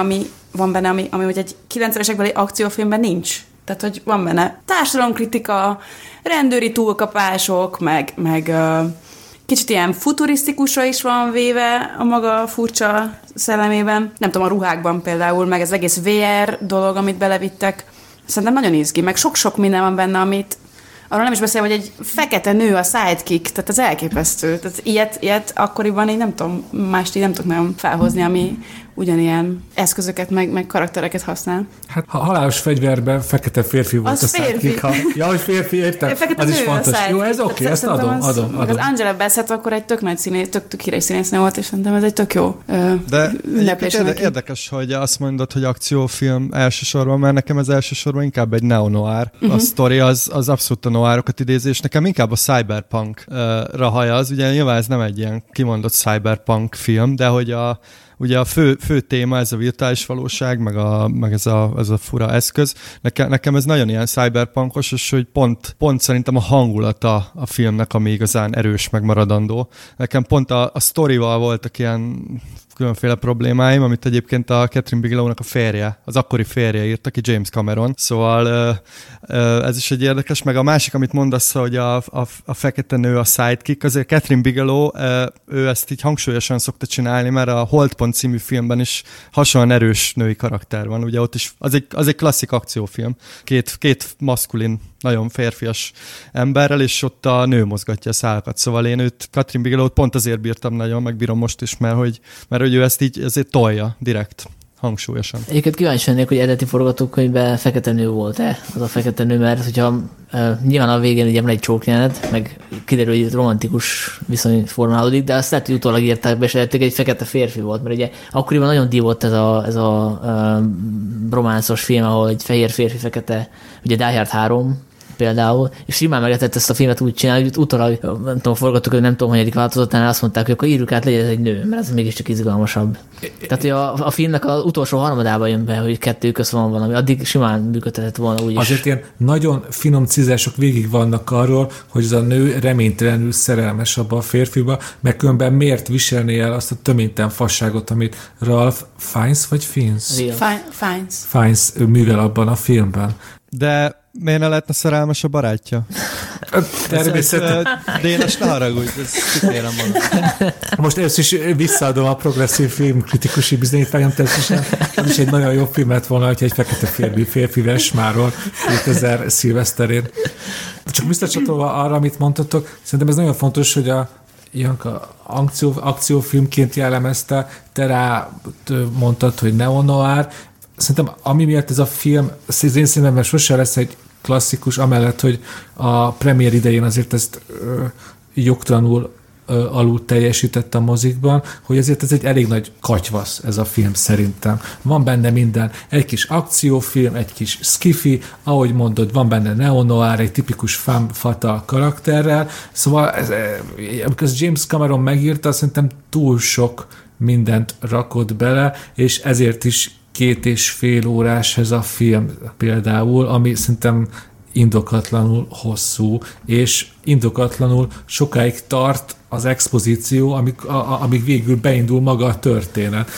ami hogy egy 90-esekbeli akciófilmben nincs. Tehát, hogy van benne társadalomkritika, rendőri túlkapások, meg kicsit ilyen futurisztikusra is van véve a maga furcsa szellemében. Nem tudom, a ruhákban például, meg ez egész VR dolog, amit belevittek. Szerintem nagyon izgi, meg sok-sok minden van benne, amit arról nem is beszél, hogy egy fekete nő a sidekick, tehát az elképesztő. Tehát ilyet akkoriban így nem tudom, mást így nem tudok nagyon felhozni, ami ugyanilyen eszközöket, meg karaktereket használ. Hát ha Halálos fegyverben fekete férfi volt az a sidekick. Ja, hogy férfi, értem. Fekete az nő is fontos. Jó, ez oké, ezt adom. Az Angela Bassett akkor egy tök nagy színész, tök híres színésznő volt, és szerintem ez egy tök jó de ünneplés neki. Érdekes, hogy azt mondod, hogy akciófilm elsősorban, mert nekem ez elsősorban inkább egy neo-noir. A sztori az abszolút a noirokat idézi, és nekem inkább a cyberpunk-ra hajaz. Ugye nyilván ez nem egy ilyen kimondott cyberpunk film, de hogy ugye a fő téma ez a virtuális valóság, meg ez a fura eszköz. Nekem ez nagyon ilyen cyberpunkos, és hogy pont szerintem a hangulata a filmnek, ami igazán erős, meg maradandó. Nekem pont a sztorival voltak ilyen különféle problémáim, amit egyébként a Catherine Bigelownak a férje, az akkori férje írt, aki James Cameron. Szóval ez is egy érdekes, meg a másik, amit mondasz, hogy a fekete nő a sidekick, azért Catherine Bigelow, ő ezt így hangsúlyosan szokta csinálni, mert a Holdpont című filmben is hasonlóan erős női karakter van. Ugye ott is, az egy klasszik akciófilm. Két maszkulin, nagyon férfias emberrel, és ott a nő mozgatja a szálakat. Szóval én őt, Catherine Bigelowt pont azért bírtam nagyon, meg bírom most is, mert hogy ő ezt így ezért tolja direkt, hangsúlyosan. Egyébként kíváncsi lennék, hogy eredeti forgatókönyvben fekete nő volt-e az a fekete nő, mert hogyha nyilván a végén ugye van egy csókjelenet, meg kiderül, hogy romantikus viszony formálódik, de azt lehet, hogy utólag írták be, és egy fekete férfi volt, mert ugye akkoriban nagyon divott ez a románszos film, ahol egy fehér férfi, fekete, ugye Die Hard 3 például, és simán meg lehetett ezt a filmet úgy csinálni, hogy utólag, nem tudom, forgatókönyv, nem tudom, hogy egyedik változatánál azt mondták, hogy akkor írjuk át, legyen ez egy nő, mert ez mégiscsak izgalmasabb. Tehát, hogy a filmnek az utolsó harmadában jön be, hogy kettő köz van valami, addig simán működhetett volna úgy is. Azért ilyen nagyon finom cizások végig vannak arról, hogy az a nő reménytelenül szerelmes abba a férfiba, mert különben miért viselné el azt a töménytelen fasságot, amit Ralph Fiennes vagy Fiennes? Fiennes művel abban a filmben. De miért ne lehetne szerelmes a barátja? Természetesen. Dénes, ne haragudj, ezt kikérem magam. Most először is visszaadom a progresszív filmkritikusi bizonyítványom, természetesen ez is egy nagyon jó film lett volna, hogyha egy fekete férfi Vesmáról 2000 szilveszterén. Csak visszacsatolva arra, amit mondtatok, szerintem ez nagyon fontos, hogy Janka akciófilmként jellemezte, te rá mondtad, hogy neo-noir. Szerintem ami miatt ez a film az én szívemben sosem lesz egy klasszikus, amellett, hogy a premier idején azért ezt jogtalanul alul teljesített a mozikban, hogy azért ez egy elég nagy katyvasz ez a film szerintem. Van benne minden. Egy kis akciófilm, egy kis skifi, ahogy mondod, van benne neo-noir, egy tipikus femme fatale karakterrel. Szóval amikor James Cameron megírta, szerintem túl sok mindent rakott bele, és ezért is 2,5 órás ez a film például, ami szerintem indokatlanul hosszú, és indokatlanul sokáig tart az expozíció, amíg végül beindul maga a történet.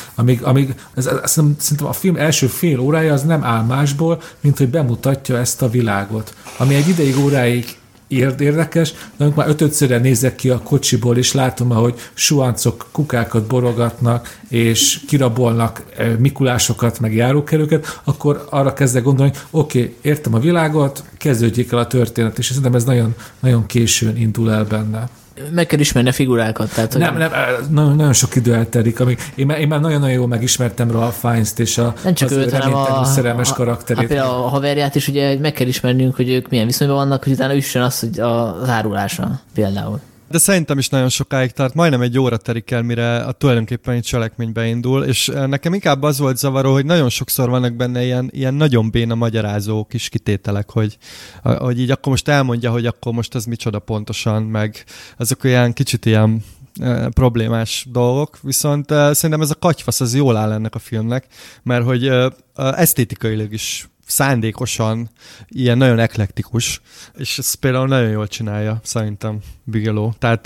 Szerintem a film első fél órája az nem áll másból, mint hogy bemutatja ezt a világot, ami egy ideig óráig érdekes, de amikor már ötödszörre nézek ki a kocsiból, és látom, ahogy suhancok kukákat borogatnak, és kirabolnak mikulásokat, meg járókelőket, akkor arra kezdek gondolni, hogy oké, értem a világot, kezdődjék el a történet, és szerintem ez nagyon, nagyon későn indul el benne. Meg kell ismerni a figurákat. Tehát, nagyon sok idő eltelik. Én már nagyon-nagyon jól megismertem Ralph Fiennes-t és nem csak őt, hanem szerelmes karakterét. Például a haverját is ugye meg kell ismernünk, hogy ők milyen viszonyban vannak, hogy utána üssön az, hogy az árulása például. De szerintem is nagyon sokáig tart, majdnem egy óra terik el, mire a tulajdonképpen egy cselekmény beindul, és nekem inkább az volt zavaró, hogy nagyon sokszor vannak benne ilyen nagyon béna magyarázó kis kitételek, hogy így akkor most elmondja, hogy akkor most ez micsoda pontosan, meg azok olyan kicsit ilyen problémás dolgok, viszont szerintem ez a katyfasz, az jól áll ennek a filmnek, mert hogy esztétikailag is szándékosan ilyen nagyon eklektikus, és ez például nagyon jól csinálja, szerintem Bigelow. Tehát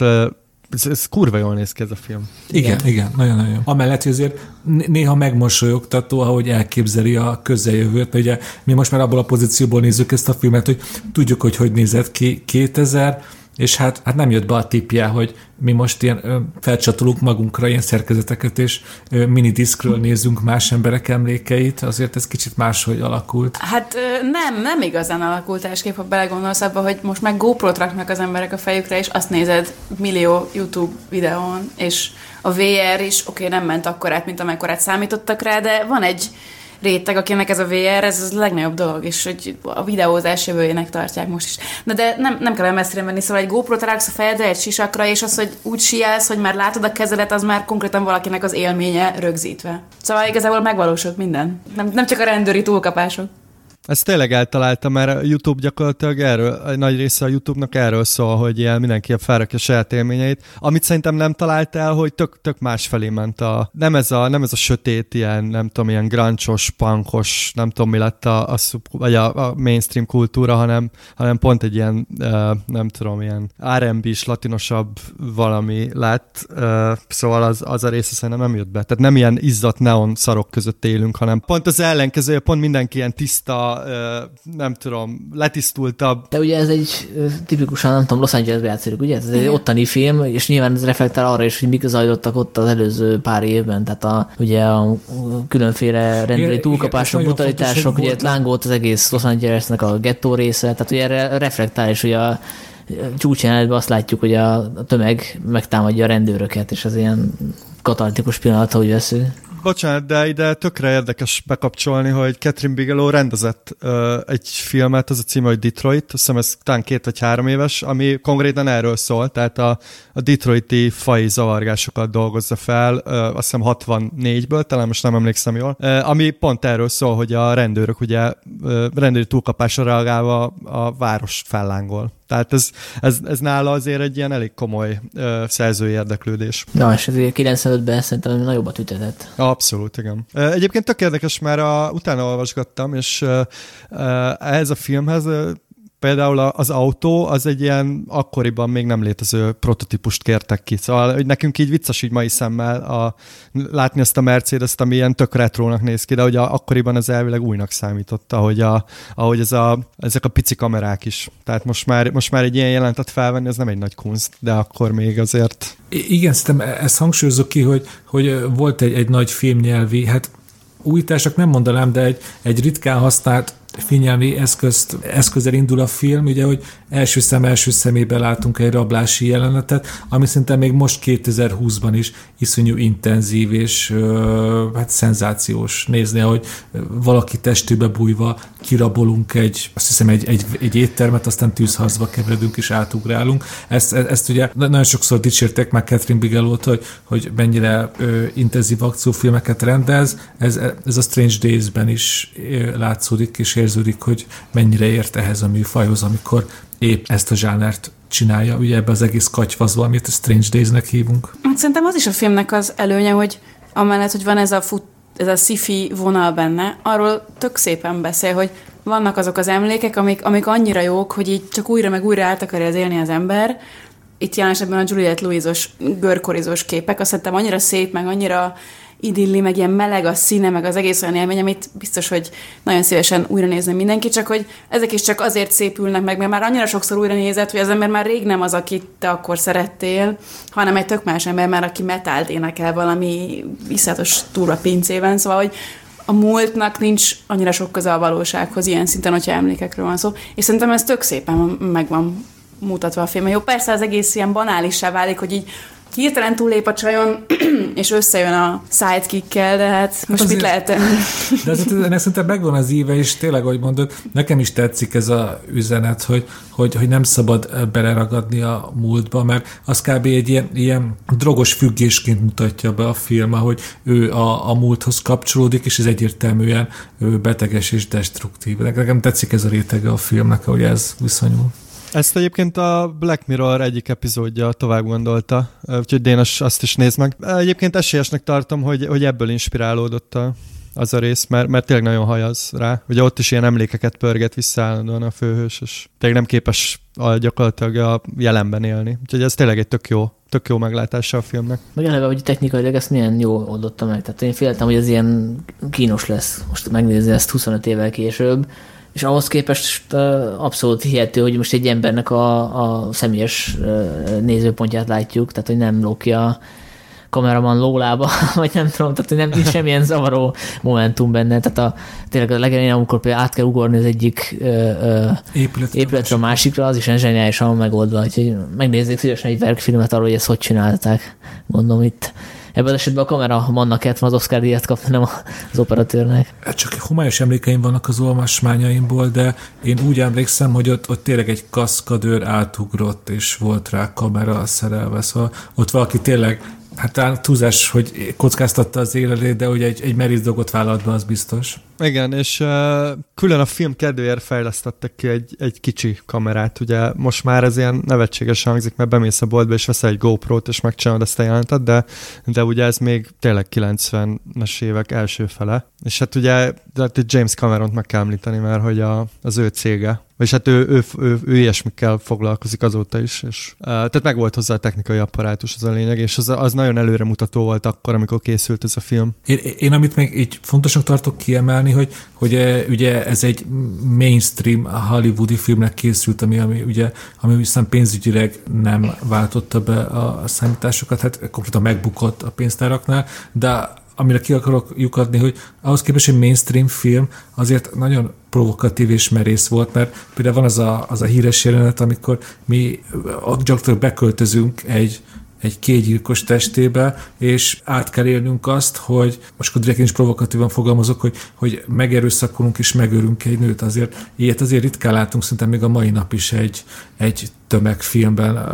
ez kurva jól néz ki ez a film. Igen, nagyon-nagyon jó. Amellett, hogy azért néha megmosolyogtató, ahogy elképzeli a közeljövőt, mert ugye mi most már abból a pozícióból nézzük ezt a filmet, hogy tudjuk, hogy nézett ki 2000, és hát nem jött be a tippje, hogy mi most ilyen felcsatolunk magunkra ilyen szerkezeteket, és minidiskről nézzünk más emberek emlékeit, azért ez kicsit máshogy alakult. Hát nem igazán alakult elsképp, ha belegondolsz abba, hogy most meg GoPro-t raknak az emberek a fejükre, és azt nézed millió YouTube videón, és a VR is, nem ment akkorát, mint amekkorát számítottak rá, de van egy réteg, akinek ez a VR, ez a legnagyobb dolog, és hogy a videózás jövőjének tartják most is. De nem kell messzire menni, szóval egy GoPro-t ráksz a fejedre, egy sisakra, és az, hogy úgy sielsz, hogy már látod a kezedet, az már konkrétan valakinek az élménye rögzítve. Szóval igazából megvalósult minden. Nem csak a rendőri túlkapások. Ezt tényleg eltaláltam, mert a YouTube gyakorlatilag egy nagy része a YouTube-nak erről szól, hogy ilyen mindenki felrakja saját élményeit. Amit szerintem nem talált el, hogy tök másfelé ment nem ez a sötét, ilyen, nem tudom, ilyen grunge-os, punkos, nem tudom mi lett vagy a mainstream kultúra, hanem pont egy ilyen, nem tudom, ilyen R&B-s, latinosabb valami lett. Szóval az a része szerintem nem jött be. Tehát nem ilyen izzadt neon szarok között élünk, hanem pont az ellenkező, pont mindenki ilyen tiszta, nem tudom, letisztultabb. De ugye ez egy tipikusan, nem tudom, Los Angelesbe játszódik, ugye? Ez egy ottani film, és nyilván ez reflektál arra is, hogy mik zajlottak ott az előző pár évben, tehát ugye a különféle rendőri túlkapások, brutalitások, ugye lángolt az egész Los Angelesnek a gettó része, tehát ugye erre reflektál, és ugye a csúcsjelenetben azt látjuk, hogy a tömeg megtámadja a rendőröket, és az ilyen katartikus pillanat, ahogy veszünk. Bocsánat, de ide tökre érdekes bekapcsolni, hogy Catherine Bigelow rendezett egy filmet, az a címe, hogy Detroit, azt hiszem ez talán 2 vagy 3 éves, ami konkrétan erről szól, tehát a Detroiti faji zavargásokat dolgozza fel, azt hiszem 64-ből, talán most nem emlékszem jól, ami pont erről szól, hogy a rendőrök ugye rendőri túlkapásra reagálva a város fellángol. Tehát ez nála azért egy ilyen elég komoly szerzői érdeklődés. Na, és ezért 95-ben szerintem nagyobbat ütetett. Abszolút, igen. Egyébként tök érdekes, mert utána olvasgattam, és ehhez a filmhez például az autó, az egy ilyen akkoriban még nem létező prototípust kértek ki. Szóval hogy nekünk így vicces így mai szemmel látni ezt a Mercedes-t, ami ilyen tök retrónak néz ki, de hogy akkoriban ez elvileg újnak számított, ahogy ezek a pici kamerák is. Tehát most már egy ilyen jelentet felvenni, ez nem egy nagy kunst, de akkor még azért... Igen, szerintem ezt hangsúlyozok ki, hogy volt egy nagy filmnyelvi, hát újítások nem mondanám, de egy ritkán használt filmnyelvi eszközzel indul a film, ugye, hogy első szemében látunk egy rablási jelenetet, ami szerintem még most 2020-ban is iszonyú intenzív és hát szenzációs nézni, hogy valaki testébe bújva kirabolunk azt hiszem egy éttermet, aztán tűzharcba keveredünk és átugrálunk. Ezt ugye nagyon sokszor dicsérték már Catherine Bigelow-t, hogy mennyire intenzív akciófilmeket rendez. Ez a Strange Days-ben is látszódik és érződik, hogy mennyire ért ehhez a műfajhoz, amikor épp ezt a zsánert csinálja, ugye ebbe az egész katyvaszba, amit a Strange Days-nek hívunk. Szerintem az is a filmnek az előnye, hogy amellett, hogy van ez a sci-fi vonal benne, arról tök szépen beszél, hogy vannak azok az emlékek, amik annyira jók, hogy így csak újra meg újra át akarja élni az ember. Itt jelen esetben a Juliette Lewis-os görkorizós képek, azt szerintem annyira szép, meg annyira idilli, meg ilyen meleg a színe, meg az egész olyan élmény, amit biztos, hogy nagyon szívesen újra nézne mindenki, csak hogy ezek is csak azért szépülnek meg, mert már annyira sokszor újra nézett, hogy az ember már rég nem az, akit te akkor szerettél, hanem egy tök más ember már, aki metált énekel valami iszonyatos turva pincében, szóval, hogy a múltnak nincs annyira sok köze a valósághoz ilyen szinten, hogyha emlékekről van szó. És szerintem ez tök szépen meg van mutatva a filmben. Jó, persze az egész ilyen banálissá válik, hogy így hirtelen túllép a csajon, és összejön a sidekickkel, de hát most mit lehet tenni? De ennek szerintem megvan az íve, és tényleg, ahogy mondod, nekem is tetszik ez az üzenet, hogy nem szabad beleragadni a múltba, mert az kb. Egy ilyen drogos függésként mutatja be a film, ahogy ő a múlthoz kapcsolódik, és ez egyértelműen beteges és destruktív. Nekem tetszik ez a rétege a filmnek, ahogy ez viszonyul. Ezt egyébként a Black Mirror egyik epizódja tovább gondolta, úgyhogy Dénes azt is nézd meg. Egyébként esélyesnek tartom, hogy ebből inspirálódott az a rész, mert tényleg nagyon hajaz rá. Ugye ott is ilyen emlékeket pörget vissza állandóan a főhős, és tényleg nem képes gyakorlatilag a jelenben élni. Úgyhogy ez tényleg egy tök jó meglátása a filmnek. Meg eleve, hogy technikailag ezt milyen jól oldotta meg. Tehát én féltem, hogy ez ilyen kínos lesz. Most megnézni ezt 25 évvel később, és ahhoz képest abszolút hihető, hogy most egy embernek a személyes nézőpontját látjuk, tehát hogy nem lók ki a kameraman lólába, vagy nem tudom, tehát hogy nem nincs semmilyen zavaró momentum benne, tehát tényleg a legelején, amikor például át kell ugorni az egyik épületre a másikra, az is zseniálisan megoldva, úgyhogy megnézzék szívesen egy verkfilmet arról, hogy ezt hogy csinálták, gondolom itt. Ebben az esetben a kamera mannak kellett az Oscar díjat kapni, nem az operatőrnek. Csak homályos emlékeim vannak az olvasmányaimból, de én úgy emlékszem, hogy ott tényleg egy kaszkadőr átugrott, és volt rá kamera szerelve, szóval ott valaki tényleg, hát túlzás, hogy kockáztatta az életét, de hogy egy merész dolgot vállalt be, az biztos. Igen, és külön a film kedvéért fejlesztettek ki egy kicsi kamerát. Ugye most már ez ilyen nevetségesen hangzik, mert bemész a boltba, és veszel egy GoPro-t, és megcsinálod ezt a jelentet, de ugye ez még tényleg 90-es évek első fele. És hát ugye James Cameront meg kell említeni, mert hogy az ő cége, és hát ő ilyesmikkel foglalkozik azóta is, és tehát meg volt hozzá a technikai apparátus, az a lényeg, és az nagyon előremutató volt akkor, amikor készült ez a film. Én amit még így fontosnak tartok kiemelni, hogy ugye ez egy mainstream hollywoodi filmnek készült, ami viszont pénzügyileg nem váltotta be a számításokat, hát konkrétan megbukott a pénztáraknál, de amire ki akarok lyukadni, hogy ahhoz képest, hogy mainstream film azért nagyon provokatív és merész volt, mert például van az a híres jelenet, amikor mi gyakorlatilag beköltözünk egy kétgyilkos testébe, és át kell élnünk azt, hogy most akkor direkt én is provokatívan fogalmazok, hogy megerőszakolunk és megölünk egy nőt. Ilyet azért ritkán látunk, szerintem még a mai nap is egy tömegfilmben,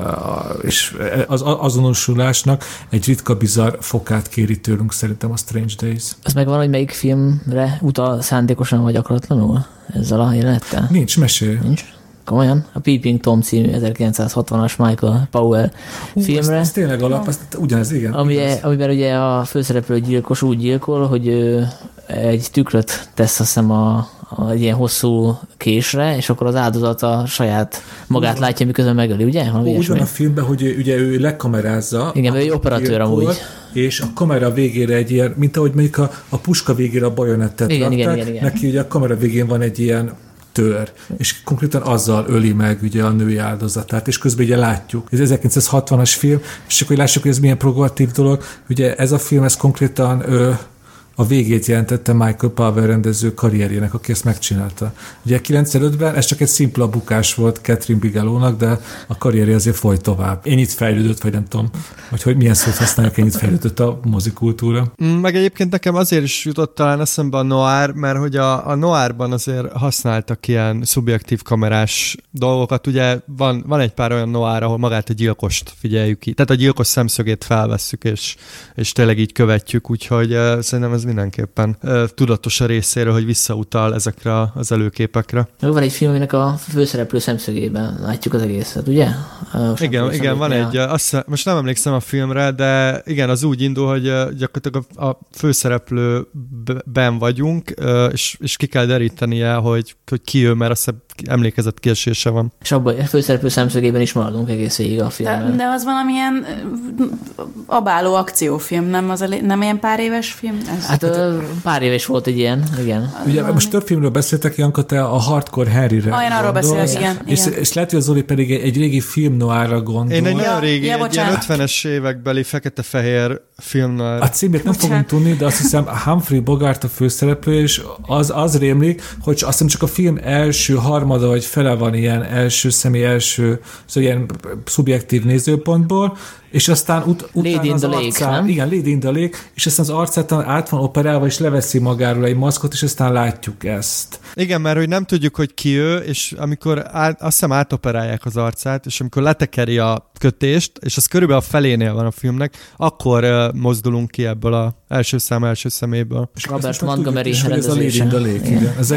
és az azonosulásnak egy ritka bizarr fokát kéri tőlünk szerintem a Strange Days. Ez megvan, hogy melyik filmre utal szándékosan vagy akaratlanul ezzel a jelenettel? Nincs, mesélj. Nincs? Komolyan? A Peeping Tom című 1960-as Michael Powell filmre. Ez tényleg ugyanez, igen. Amiben ugye a főszereplő gyilkos úgy gyilkol, hogy ő egy tükröt tesz, azt hiszem, egy ilyen hosszú késre, és akkor az áldozat a saját magát látja, miközben megöli, ugye? Úgy van a filmben, hogy ugye ő lekamerázza. Igen, ő egy operatőr amúgy. És a kamera végére egy ilyen, mint ahogy mondjuk a puska végére a bajonettet rakták. Igen. Neki ugye a kamera végén van egy ilyen tör, és konkrétan azzal öli meg ugye a női áldozatát, és közben ugye látjuk. Ez 1960-as film, és akkor lássuk, hogy ez milyen provokatív dolog. Ugye ez a film, ez konkrétan a végét jelentette Michael Powell rendező karrierjének, aki ezt megcsinálta. Ugye 95-ben ez csak egy szimpla bukás volt Catherine Bigelownak, de a karrierje azért folyt tovább. Ennyit fejlődött, vagy nem tudom, hogy milyen szót használják, ennyit fejlődött a mozikultúra. Meg egyébként nekem azért is jutott talán eszembe a noir, mert hogy a noirban azért használtak ilyen szubjektív kamerás dolgokat. Ugye van egy pár olyan noir, ahol magát a gyilkost figyeljük ki. Tehát a gyilkos szemszögét felvesszük, és tényleg így követjük, úgyhogy szerintem ez mindenképpen tudatos a részéről, hogy visszautal ezekre az előképekre. Van egy film, aminek a főszereplő szemszögében látjuk az egészet, ugye? Igen, van egy, most nem emlékszem a filmre, de igen, az úgy indul, hogy gyakorlatilag a főszereplőben vagyunk, és ki kell derítenie, hogy ki ő, mert azt emlékezett kiesése van. És abban a főszereplő szemszögében is maradunk egész végig a filmben. De az valamilyen abáló akciófilm, nem ilyen pár éves film? Hát pár éves volt egy ilyen, igen. Ugye most több filmről beszéltek, Janka, te a Hardcore Harry-re én arról beszélek, igen. És lehet, hogy az Zoli pedig egy régi film noirra gondol. Én egy nagyon régi, egy ilyen 50-es évekbeli fekete-fehér film noir. A címét nem fogom tudni, de azt hiszem Humphrey Bogart a főszereplő, és az rémlik, hogy azt hiszem csak a film első harmada vagy fele van ilyen első személy, szóval ilyen szubjektív nézőpontból, és aztán utána az arcán, igen, Lady in the Lake, és aztán az arcát át van operálva, és leveszi magáról egy maszkot, és aztán látjuk ezt. Igen, mert hogy nem tudjuk, hogy ki ő, és amikor azt hiszem átoperálják az arcát, és amikor letekeri a kötést, és az körülbelül a felénél van a filmnek, akkor mozdulunk ki ebből az első szeméből. És Robert Montgomery ez a Lady in the Lake, igen. Ez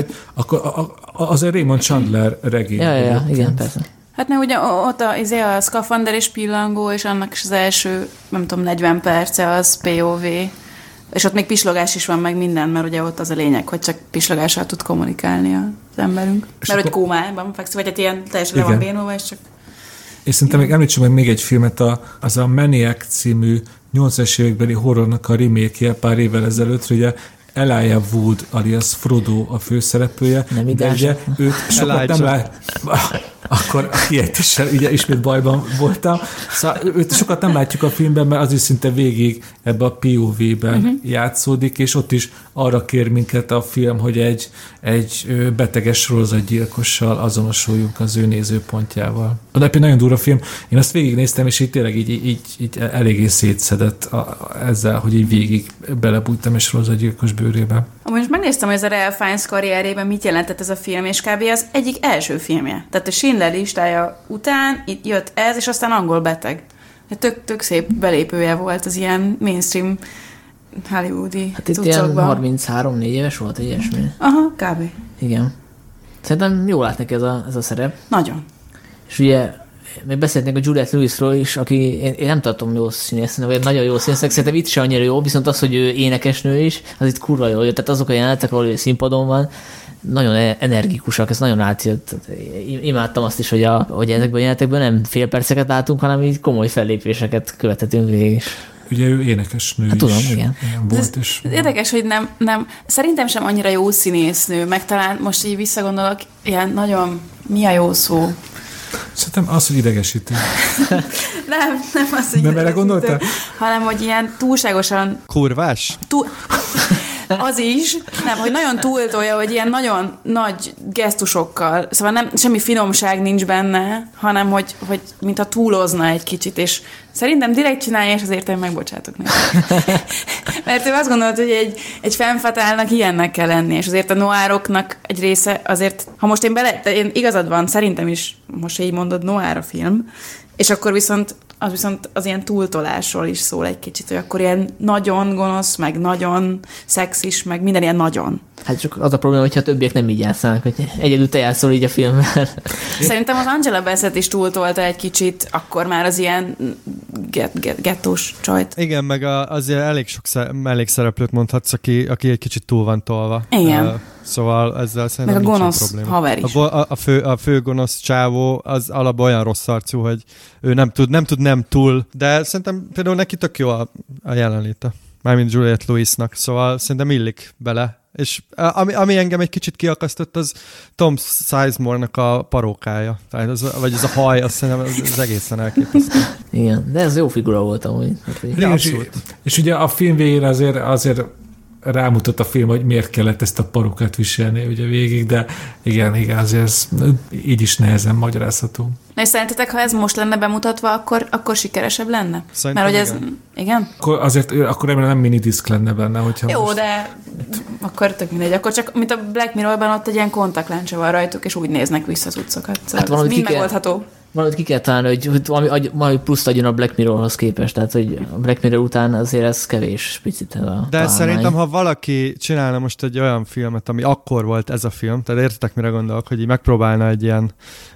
az egy Raymond Chandler regény. Ja, igen, persze. Hát mert ugye ott a szkafander és pillangó, és annak is az első, nem tudom, 40 perce az POV, és ott még pislogás is van, meg minden, mert ugye ott az a lényeg, hogy csak pislogással tud kommunikálni az emberünk. És mert hogy kómában fekszik, vagy hát ilyen teljesen le van bénulva, és csak... És szerintem említsük meg még egy filmet, az a Maniac című 80-es évekbeli horrornak a remake-je pár évvel ezelőtt, ugye Elijah Wood alias Frodo a főszereplője. Nem igaz. Ugye őt sokat nem lát... Akkor kiejtéssel ugye ismét bajban voltam. Szóval őt sokat nem látjuk a filmben, mert az is szinte végig ebbe a POV-ben játszódik, és ott is arra kér minket a film, hogy egy beteges sorozatgyilkossal azonosuljunk az ő nézőpontjával. De nagyon durva film. Én azt végignéztem, és így tényleg így eléggé szétszedett ezzel, hogy így végig belebújtam egy sorozatgyilkos bőrébe. Most megnéztem, hogy ez a Ralph Fiennes karrierében mit jelentett ez a film, és kb. Az egyik első filmje. Tehát a Schindler listája után itt jött ez, és aztán Angol beteg. Tök szép belépője volt az ilyen mainstream hollywoodi hát itt ilyen 33-4 éves volt, egy ilyesmi. Aha, kb. Igen. Szerintem jól lát neki ez a szerep. Nagyon. És ugye még beszéltünk a Juliette Lewisról is, aki én nem tartom jó színésznő, vagy nagyon jó színésznek, szerintem itt sem annyira jó, viszont az, hogy ő énekesnő is, az itt kurva jól jött. Tehát azok a jelenetek, ahol ő színpadon van, nagyon energikusak, ez nagyon átjött. Imádtam azt is, hogy ezekben a jelenetekben nem fél perceket látunk, hanem így komoly fellépéseket követhetünk végig is. Ugye ő énekesnő hát, tudom, is. Igen. Volt is. Érdekes, hogy nem, szerintem sem annyira jó színésznő, meg talán most így visszagondolok, ilyen nagyon, mi a jó szó? Szerintem az, hogy idegesítő. nem az, hogy nem erre gondoltál? Hanem, hogy ilyen túlságosan... Kurvás? Az is, nem, hogy nagyon túltolja, hogy ilyen nagyon nagy gesztusokkal, szóval nem, semmi finomság nincs benne, hanem hogy mintha túlozna egy kicsit, és szerintem direkt csinálja, és azért én megbocsátok neki. Mert ő azt gondolt, hogy egy femme fatale-nak ilyennek kell lenni, és azért a noároknak egy része azért, ha most én igazad van, szerintem is, most így mondod, noár a film, és akkor viszont az ilyen túltolásról is szól egy kicsit, hogy akkor ilyen nagyon gonosz, meg nagyon szexis, meg minden ilyen nagyon. Hát csak az a probléma, hogyha a többiek nem így játszanak, hogy egyedül te játszol így a filmben. Szerintem az Angela Bassett is túltolta egy kicsit, akkor már az ilyen gettós csajt. Igen, meg azért elég sok mellékszereplőt mondhatsz, aki egy kicsit túl van tolva. Igen. Szóval ezzel szerintem meg a gonosz probléma. Haver is. A fő gonosz csávó az alapban olyan rossz arcú, hogy ő nem tud túl, de szerintem például neki tök jó a jelenléte. Mármint Juliette Lewisnak, szóval szerintem illik bele. És ami engem egy kicsit kiakasztott, az Tom Sizemore-nak a parókája. Vagy ez a haj, azt szerintem az egészen elképesztő. Igen, de ez jó figura volt amúgy. Ja, és ugye a film végére azért rámutat a film, hogy miért kellett ezt a parókát viselni ugye végig, de igen, azért ez így is nehezen magyarázható. Na és szerintetek, ha ez most lenne bemutatva, akkor sikeresebb lenne? Szerintem mert hogy ez... Igen? Akkor remélem nem minidisk lenne benne, hogyha jó, most... de akkor tök mindegy. Akkor csak, mint a Black Mirrorban ott egy ilyen kontaktlencse van rajtuk, és úgy néznek vissza az utcokat. Szóval hát mind megoldható. Valahogy ki kell találni, hogy valami pluszt adjon a Black Mirrorhoz képest, tehát hogy a Black Mirror után azért ez kevés picit ez a De találmány. szerintem, ha valaki csinálna most egy olyan filmet, ami akkor volt ez a film, tehát értitek, mire gondolok, hogy így megpróbálna egy ilyen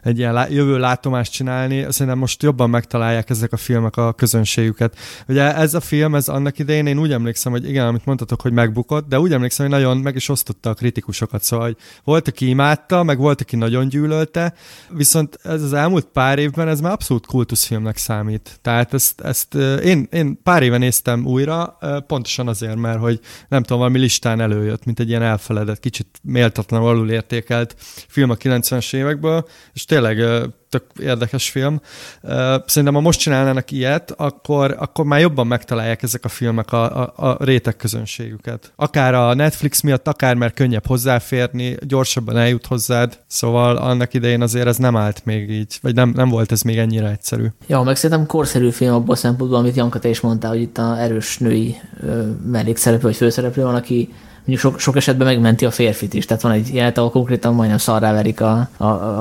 jövő látomást csinálni, szerintem most jobban megtalálják ezek a filmek a közönségüket. Ugye ez a film, ez annak idején én úgy emlékszem, hogy igen, amit mondtatok, hogy megbukott, de úgy emlékszem, hogy nagyon meg is osztotta a kritikusokat, szóval hogy volt, aki imádta, meg volt, aki nagyon gyűlölte, viszont ez az elmúlt pár évben ez már abszolút kultuszfilmnek számít. Tehát ezt én pár éve néztem újra, pontosan azért, mert hogy nem tudom, valami listán előjött, mint egy ilyen elfeledett, kicsit méltatlanul alulértékelt film a 90-es évekből, és tényleg tök érdekes film. Szerintem, ha most csinálnának ilyet, akkor már jobban megtalálják ezek a filmek a réteg közönségüket. Akár a Netflix miatt, akár mert könnyebb hozzáférni, gyorsabban eljut hozzád, szóval annak idején azért ez nem állt még így, vagy nem volt ez még ennyire egyszerű. Ja, meg szerintem korszerű film abban a szempontból, amit Janka, te is mondtál, hogy itt a erős női mellékszereplő vagy főszereplő van, aki mondjuk sok esetben megmenti a férfit is. Tehát van egy jelenet, ahol konkrétan majdnem szarrá verik a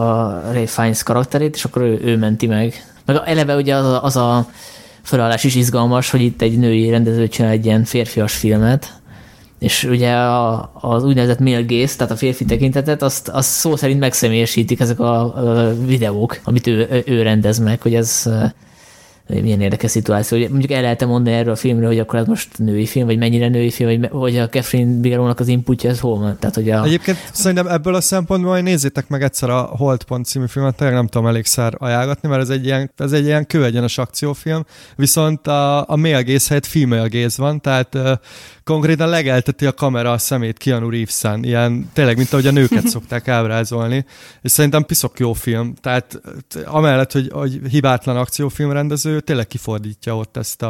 Ray Fiennes karakterét, és akkor ő menti meg. Meg eleve ugye az a felállás is izgalmas, hogy itt egy női rendező csinál egy ilyen férfias filmet, és ugye az úgynevezett male gaze, tehát a férfi tekintetet, azt szó szerint megszemélyesítik ezek a videók, amit ő rendez meg, hogy ez milyen érdekes szituáció. Hogy mondjuk el lehet mondani erről a filmről, hogy akkor ez most női film, vagy mennyire női film, vagy a Catherine Bigelow-nak az inputja, ez hol van? Tehát, hogy Egyébként szerintem ebből a szempontból majd nézzétek meg egyszer a Holdpont című filmet, tényleg nem tudom elégszer ajánlgatni, mert ez egy ilyen kőegyenes akciófilm, viszont a male gaze helyett female gaze van, tehát konkrétan legelteti a kamera a szemét Keanu Reeves-en, ilyen tényleg, mint ahogy a nőket szokták ábrázolni, és szerintem piszok jó film, tehát amellett, hogy hibátlan akciófilm rendező, tényleg kifordítja ott ezt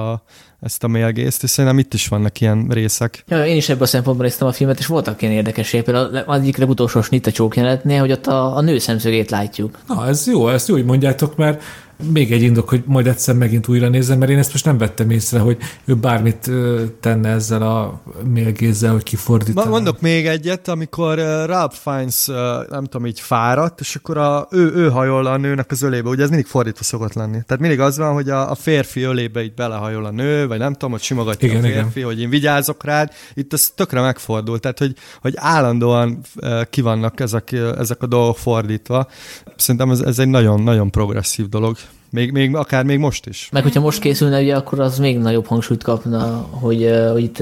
a male gaze-t, és szerintem itt is vannak ilyen részek. Ja, én is ebből a szempontból néztem a filmet, és voltak ilyen érdekességek. Például az egyik legutolsó snit a csókjelenetnél, hogy ott a nő szemszögét látjuk. Na, ez jó, hogy mondjátok, mert még egy indok, hogy majd egyszer megint újra nézem, mert én ezt most nem vettem észre, hogy ő bármit tenne ezzel a mélgézzel, hogy kifordítaná. Mondok még egyet, amikor Ralph Fiennes, nem tudom, így fáradt, és akkor ő hajol a nőnek az ölébe. Ugye ez mindig fordítva szokott lenni. Tehát mindig az van, hogy a férfi ölébe így belehajol a nő, vagy nem tudom, hogy simogatja a férfi, hogy én vigyázok rád. Itt ez tökre megfordul. Tehát, hogy állandóan ki vannak ezek a dolgok fordítva. Szerintem ez egy nagyon-nagyon progresszív dolog. Akár még most is. Meg hogyha most készülne, ugye, akkor az még nagyobb hangsúlyt kapna, hogy itt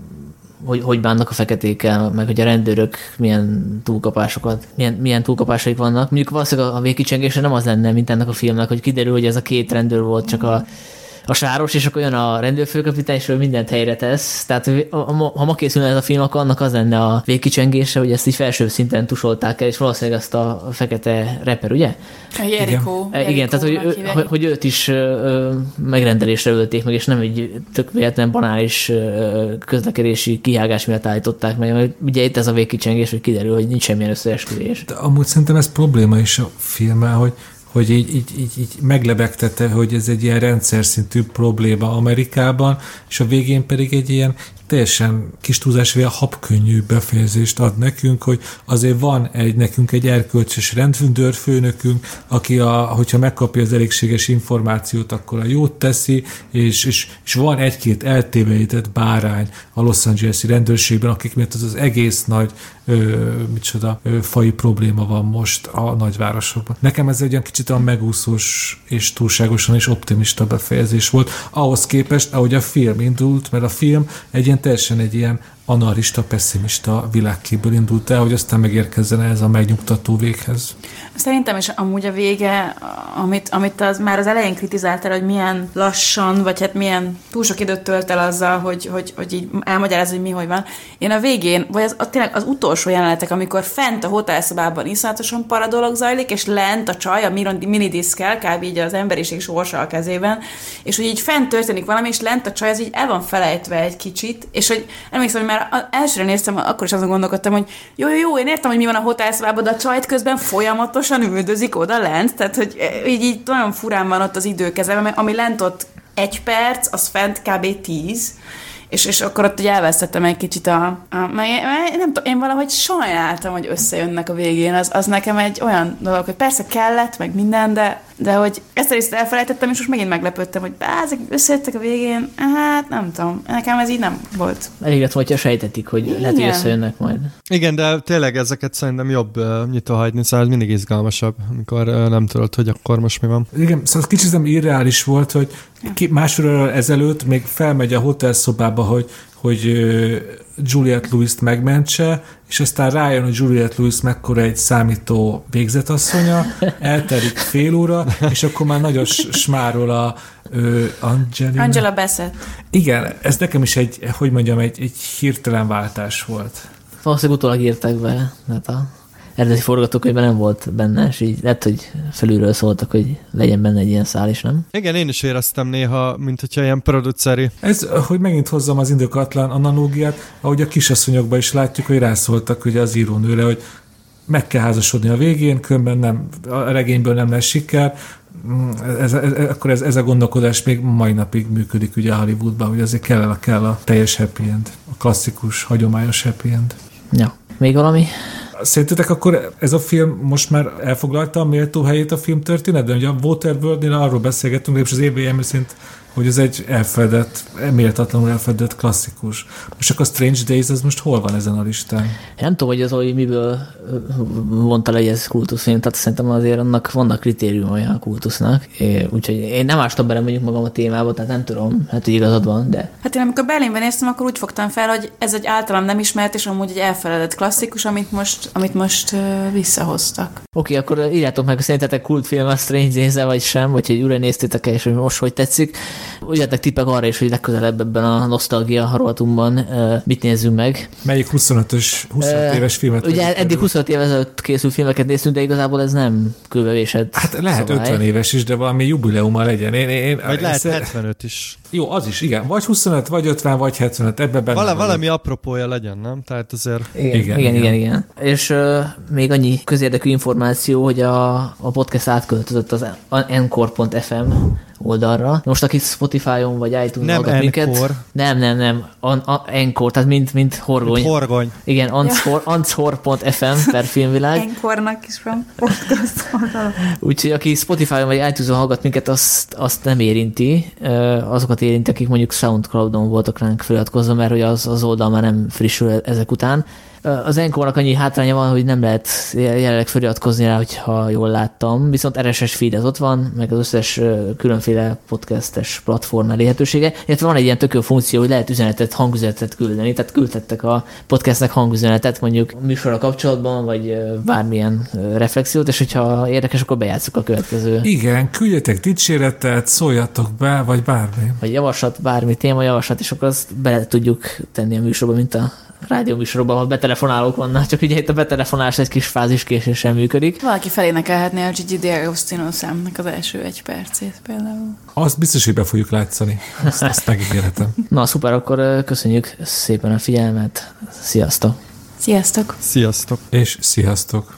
hogy bánnak a feketékkel, meg hogy a rendőrök milyen túlkapásokat, milyen túlkapásaik vannak. Mondjuk valószínűleg a végkicsengése nem az lenne, mint ennek a filmnek, hogy kiderül, hogy ez a két rendőr volt, csak a sáros, és akkor jön a rendőrfőkapitány, és ő mindent helyre tesz. Tehát ha ma készülne ez a film, akkor annak az lenne a végkicsengése, hogy ezt így felsőbb szinten tusolták el, és valószínűleg ezt a fekete rapper, ugye? Jericho. Igen, tehát hogy őt is megrendelésre ölték meg, és nem egy tök véletlen banális közlekedési kihágás miatt állították meg, mert ugye itt ez a végkicsengés, hogy kiderül, hogy nincs semmilyen összeesküvés. De amúgy szerintem ez probléma is a filmmel, hogy így meglebegtette, hogy ez egy ilyen rendszer szintű probléma Amerikában, és a végén pedig egy ilyen teljesen kis túlzásával habkönnyű befejezést ad nekünk, hogy azért van nekünk egy erkölcsös rendőrfőnökünk, aki hogyha megkapja az elégséges információt, akkor a jót teszi, és van egy-két eltéveített bárány a Los Angeles-i rendőrségben, akik miatt az egész nagy faji probléma van most a nagyvárosokban. Nekem ez egy olyan kicsit olyan megúszós és túlságosan és optimista befejezés volt, ahhoz képest, ahogy a film indult, mert a film teljesen egy ilyen anarchista, pessimista világképből indult el, hogy aztán megérkezzen ez a megnyugtató véghez. Szerintem is amúgy a vége, amit már az elején kritizáltál, hogy milyen lassan, vagy hát milyen túl sok időt tölt el azzal, hogy így elmagyaráz, hogy mi, hogy van. Én a végén, vagy tényleg az utolsó jelenetek, amikor fent a hotelszobában iszonyatosan paradolog zajlik, és lent a csaj, a minidiszkkel, kb. Így az emberiség sorsa a kezében, és hogy így fent történik valami, és lent a csaj, az így el van felejtve egy kicsit, és hogy emlékszem, hogy már elsőre néztem, akkor is azon gondolkodtam, hogy jó, én értem, hogy mi van a hotelszobában, de a csajt közben folyamatosan üldözik oda lent, tehát hogy így nagyon furán van ott az időkezelve, ami lent ott 1 perc, az fent kb. 10, és akkor ott ugye elvesztettem egy kicsit nem tudom, én valahogy sajnáltam, hogy összejönnek a végén, az nekem egy olyan dolog, hogy persze kellett, meg minden, de de hogy ezt a részt elfelejtettem, és most megint meglepődtem, hogy ezek összejöttek a végén, hát nem tudom, nekem ez így nem volt. Elég lett, hogyha sejtetik, hogy lehet, hogy összejönnek majd. Igen, de tényleg ezeket szerintem jobb nyitva hagyni, szóval mindig izgalmasabb, amikor nem tudod, hogy akkor most mi van. Igen, szóval kicsit nem irreális volt, hogy másodra ezelőtt még felmegy a hotelszobába, hogy Juliette Lewis-t megmentse, és aztán rájön, hogy Juliette Lewis mekkora egy számító végzetasszonya, eltelik fél óra, és akkor már nagyon smárol a Angela Bassett. Igen, ez nekem is egy hirtelen váltás volt. Valószínűleg utólag írták be, hát a eredeti forgatókönyvben nem volt benne, és így lehet, hogy felülről szóltak, hogy legyen benne egy ilyen szál is, nem? Igen, én is éreztem néha, mint hogyha ilyen produceri. Ez, hogy megint hozzam az indokolatlan analógiát, ahogy a Kisasszonyokban is látjuk, hogy rászóltak ugye az írónőre, hogy meg kell házasodni a végén, különben a regényből nem lesz siker. Akkor ez a gondolkodás még mai napig működik ugye a Hollywoodban, hogy azért kell a teljes happy end, a klasszikus, hagyományos happy end. Ja. Még valami? Szerintetek akkor ez a film most már elfoglalta a méltó helyét a filmtörténetben? Ugye a Waterworld-nél arról beszélgettünk, és az EVM szerint, hogy ez egy méltatlanul elfedett klasszikus. Most csak a Strange Days, az most hol van ezen a listán? Nem tudom, hogy az Oli miből vonta le, hogy ez kultuszfilm, tehát szerintem azért annak vannak kritériumai a kultusznak, úgyhogy én nem ástam bele mondjuk magam a témába, tehát nem tudom, hát hogy igazad van, de... Hát én amikor Berlinben néztem, akkor úgy fogtam fel, hogy ez egy általam nem ismert, és amúgy egy elfeledett klasszikus, amit most visszahoztak. Oké, akkor írjátok meg, hogy szerintetek kultfilm a Strange Days-e vagy sem, vagy hogy újra néztétek el, és hogy most hogy tetszik. Ugyanek tippek arra is, hogy legközelebb ebben a nosztalgia rovatunkban mit nézzünk meg. Melyik 25 éves filmet? Ugye eddig 25 év ezelőtt készült filmeket néztünk, de igazából ez nem kőbevésett. Hát lehet szabály. 50 éves is, de valami jubileuma legyen. Vagy lehet 75 is. Jó, az is, igen. Vagy 25, vagy 50, vagy 75. Ebben benne valami apropója legyen, nem? Tehát azért... Igen. És még annyi közérdekű információ, hogy a podcast átköltözött az Encore.fm oldalra. Most aki Spotify-on vagy iTunes-on hallgat minket... Nem. Encore, tehát mint horgony. Mint horgony. Igen, Anchor.fm per filmvilág. Enkornak is van podcast oldala. Úgyhogy aki Spotify-on vagy iTunes-on hallgat minket, azt nem érinti. Azokat érinti, akik mondjuk SoundCloud-on voltak ránk feliratkozva, mert hogy az oldal már nem frissül ezek után. Az Encore-nak annyi hátránya van, hogy nem lehet jelenleg feliratkozni rá, hogyha jól láttam, viszont RSS feed az ott van, meg az összes különféle podcastes platform elérhetősége, illetve van egy ilyen tök jó funkció, hogy lehet hangüzenetet küldeni, tehát küldhettek a podcastnek hangüzenetet mondjuk műsorra kapcsolatban, vagy bármilyen reflexiót, és hogyha érdekes, akkor bejátszuk a következő. Igen, küldjetek dicséretet, szóljatok be, vagy bármi. Vagy javaslat, bármi témajavaslat, és akkor azt bele tudjuk tenni a műsorba, mint a rádióműsorokban, ahol betelefonálók vannak, csak ugye itt a betelefonálás egy kis fáziskéséssel működik. Valaki felénekelhetné a Gigi D'Agostino számnak az első 1 percét például. Azt biztos, hogy be fogjuk látszani. Azt megígérhetem. Na, szuper, akkor köszönjük szépen a figyelmet. Sziasztok! Sziasztok! Sziasztok! És sziasztok!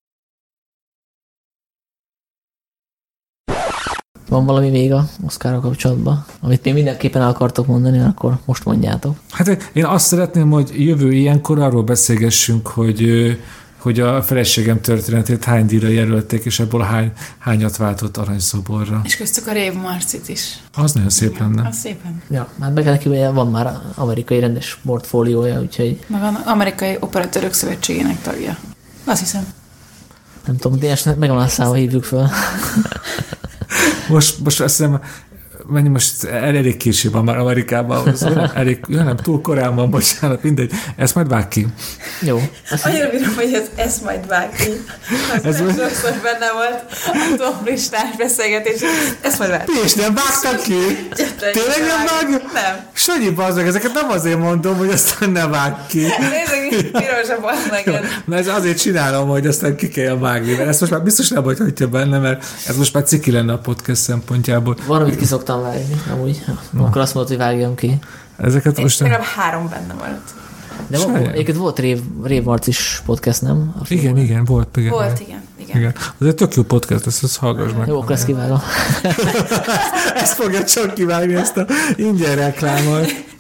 Van valami még a Oscarral kapcsolatban, amit még mindenképpen el akartok mondani, akkor most mondjátok. Hát én azt szeretném, hogy jövő ilyenkor arról beszélgessünk, hogy a feleségem történetét hány díjra jelölték, és ebből hányat váltott aranyszoborra. És köztük a Rév Marcit is. Az nagyon szép lenne. Az szépen. Ja, hát meg neki van már amerikai rendes portfóliója, úgyhogy... Meg az Amerikai Operatőrök Szövetségének tagja. Azt hiszem. Nem tudom, Dénesnek meg a számba hívjuk fel. Most azt hiszem, most elég később van már Amerikában, nem túl korán van, bocsánat, mindegy, ezt majd vág ki. Jó. Annyira bírom, hogy ezt majd vág ki. Az nem sokszor benne volt a toplistás beszélgetés, ezt majd vág ki. És nem vágtak ki? Tényleg nem vág? Nem. Sanyi, bazdmeg, ezeket nem azért mondom, hogy aztán ne vág ki. Nézzük, piros a bazdmeg. Mert azért csinálom, hogy aztán ki kell vágni, mert ezt most már biztos nem hagyhatja benne, mert ez most már ciki lenne a podcast szempontjából. Valamit ki szoktam vágni, amúgy. Akkor azt mondod, hogy vágjam ki. Ezeket most nem. 3 benne maradt. De egyébként volt Rév Marcis podcast, nem? Igen, volt. Igen. Az egy tök jó podcast, ezt hallgass meg. Jó, ezt kivágom. Ezt fogja csak kivágni, ezt a ingyen reklámot.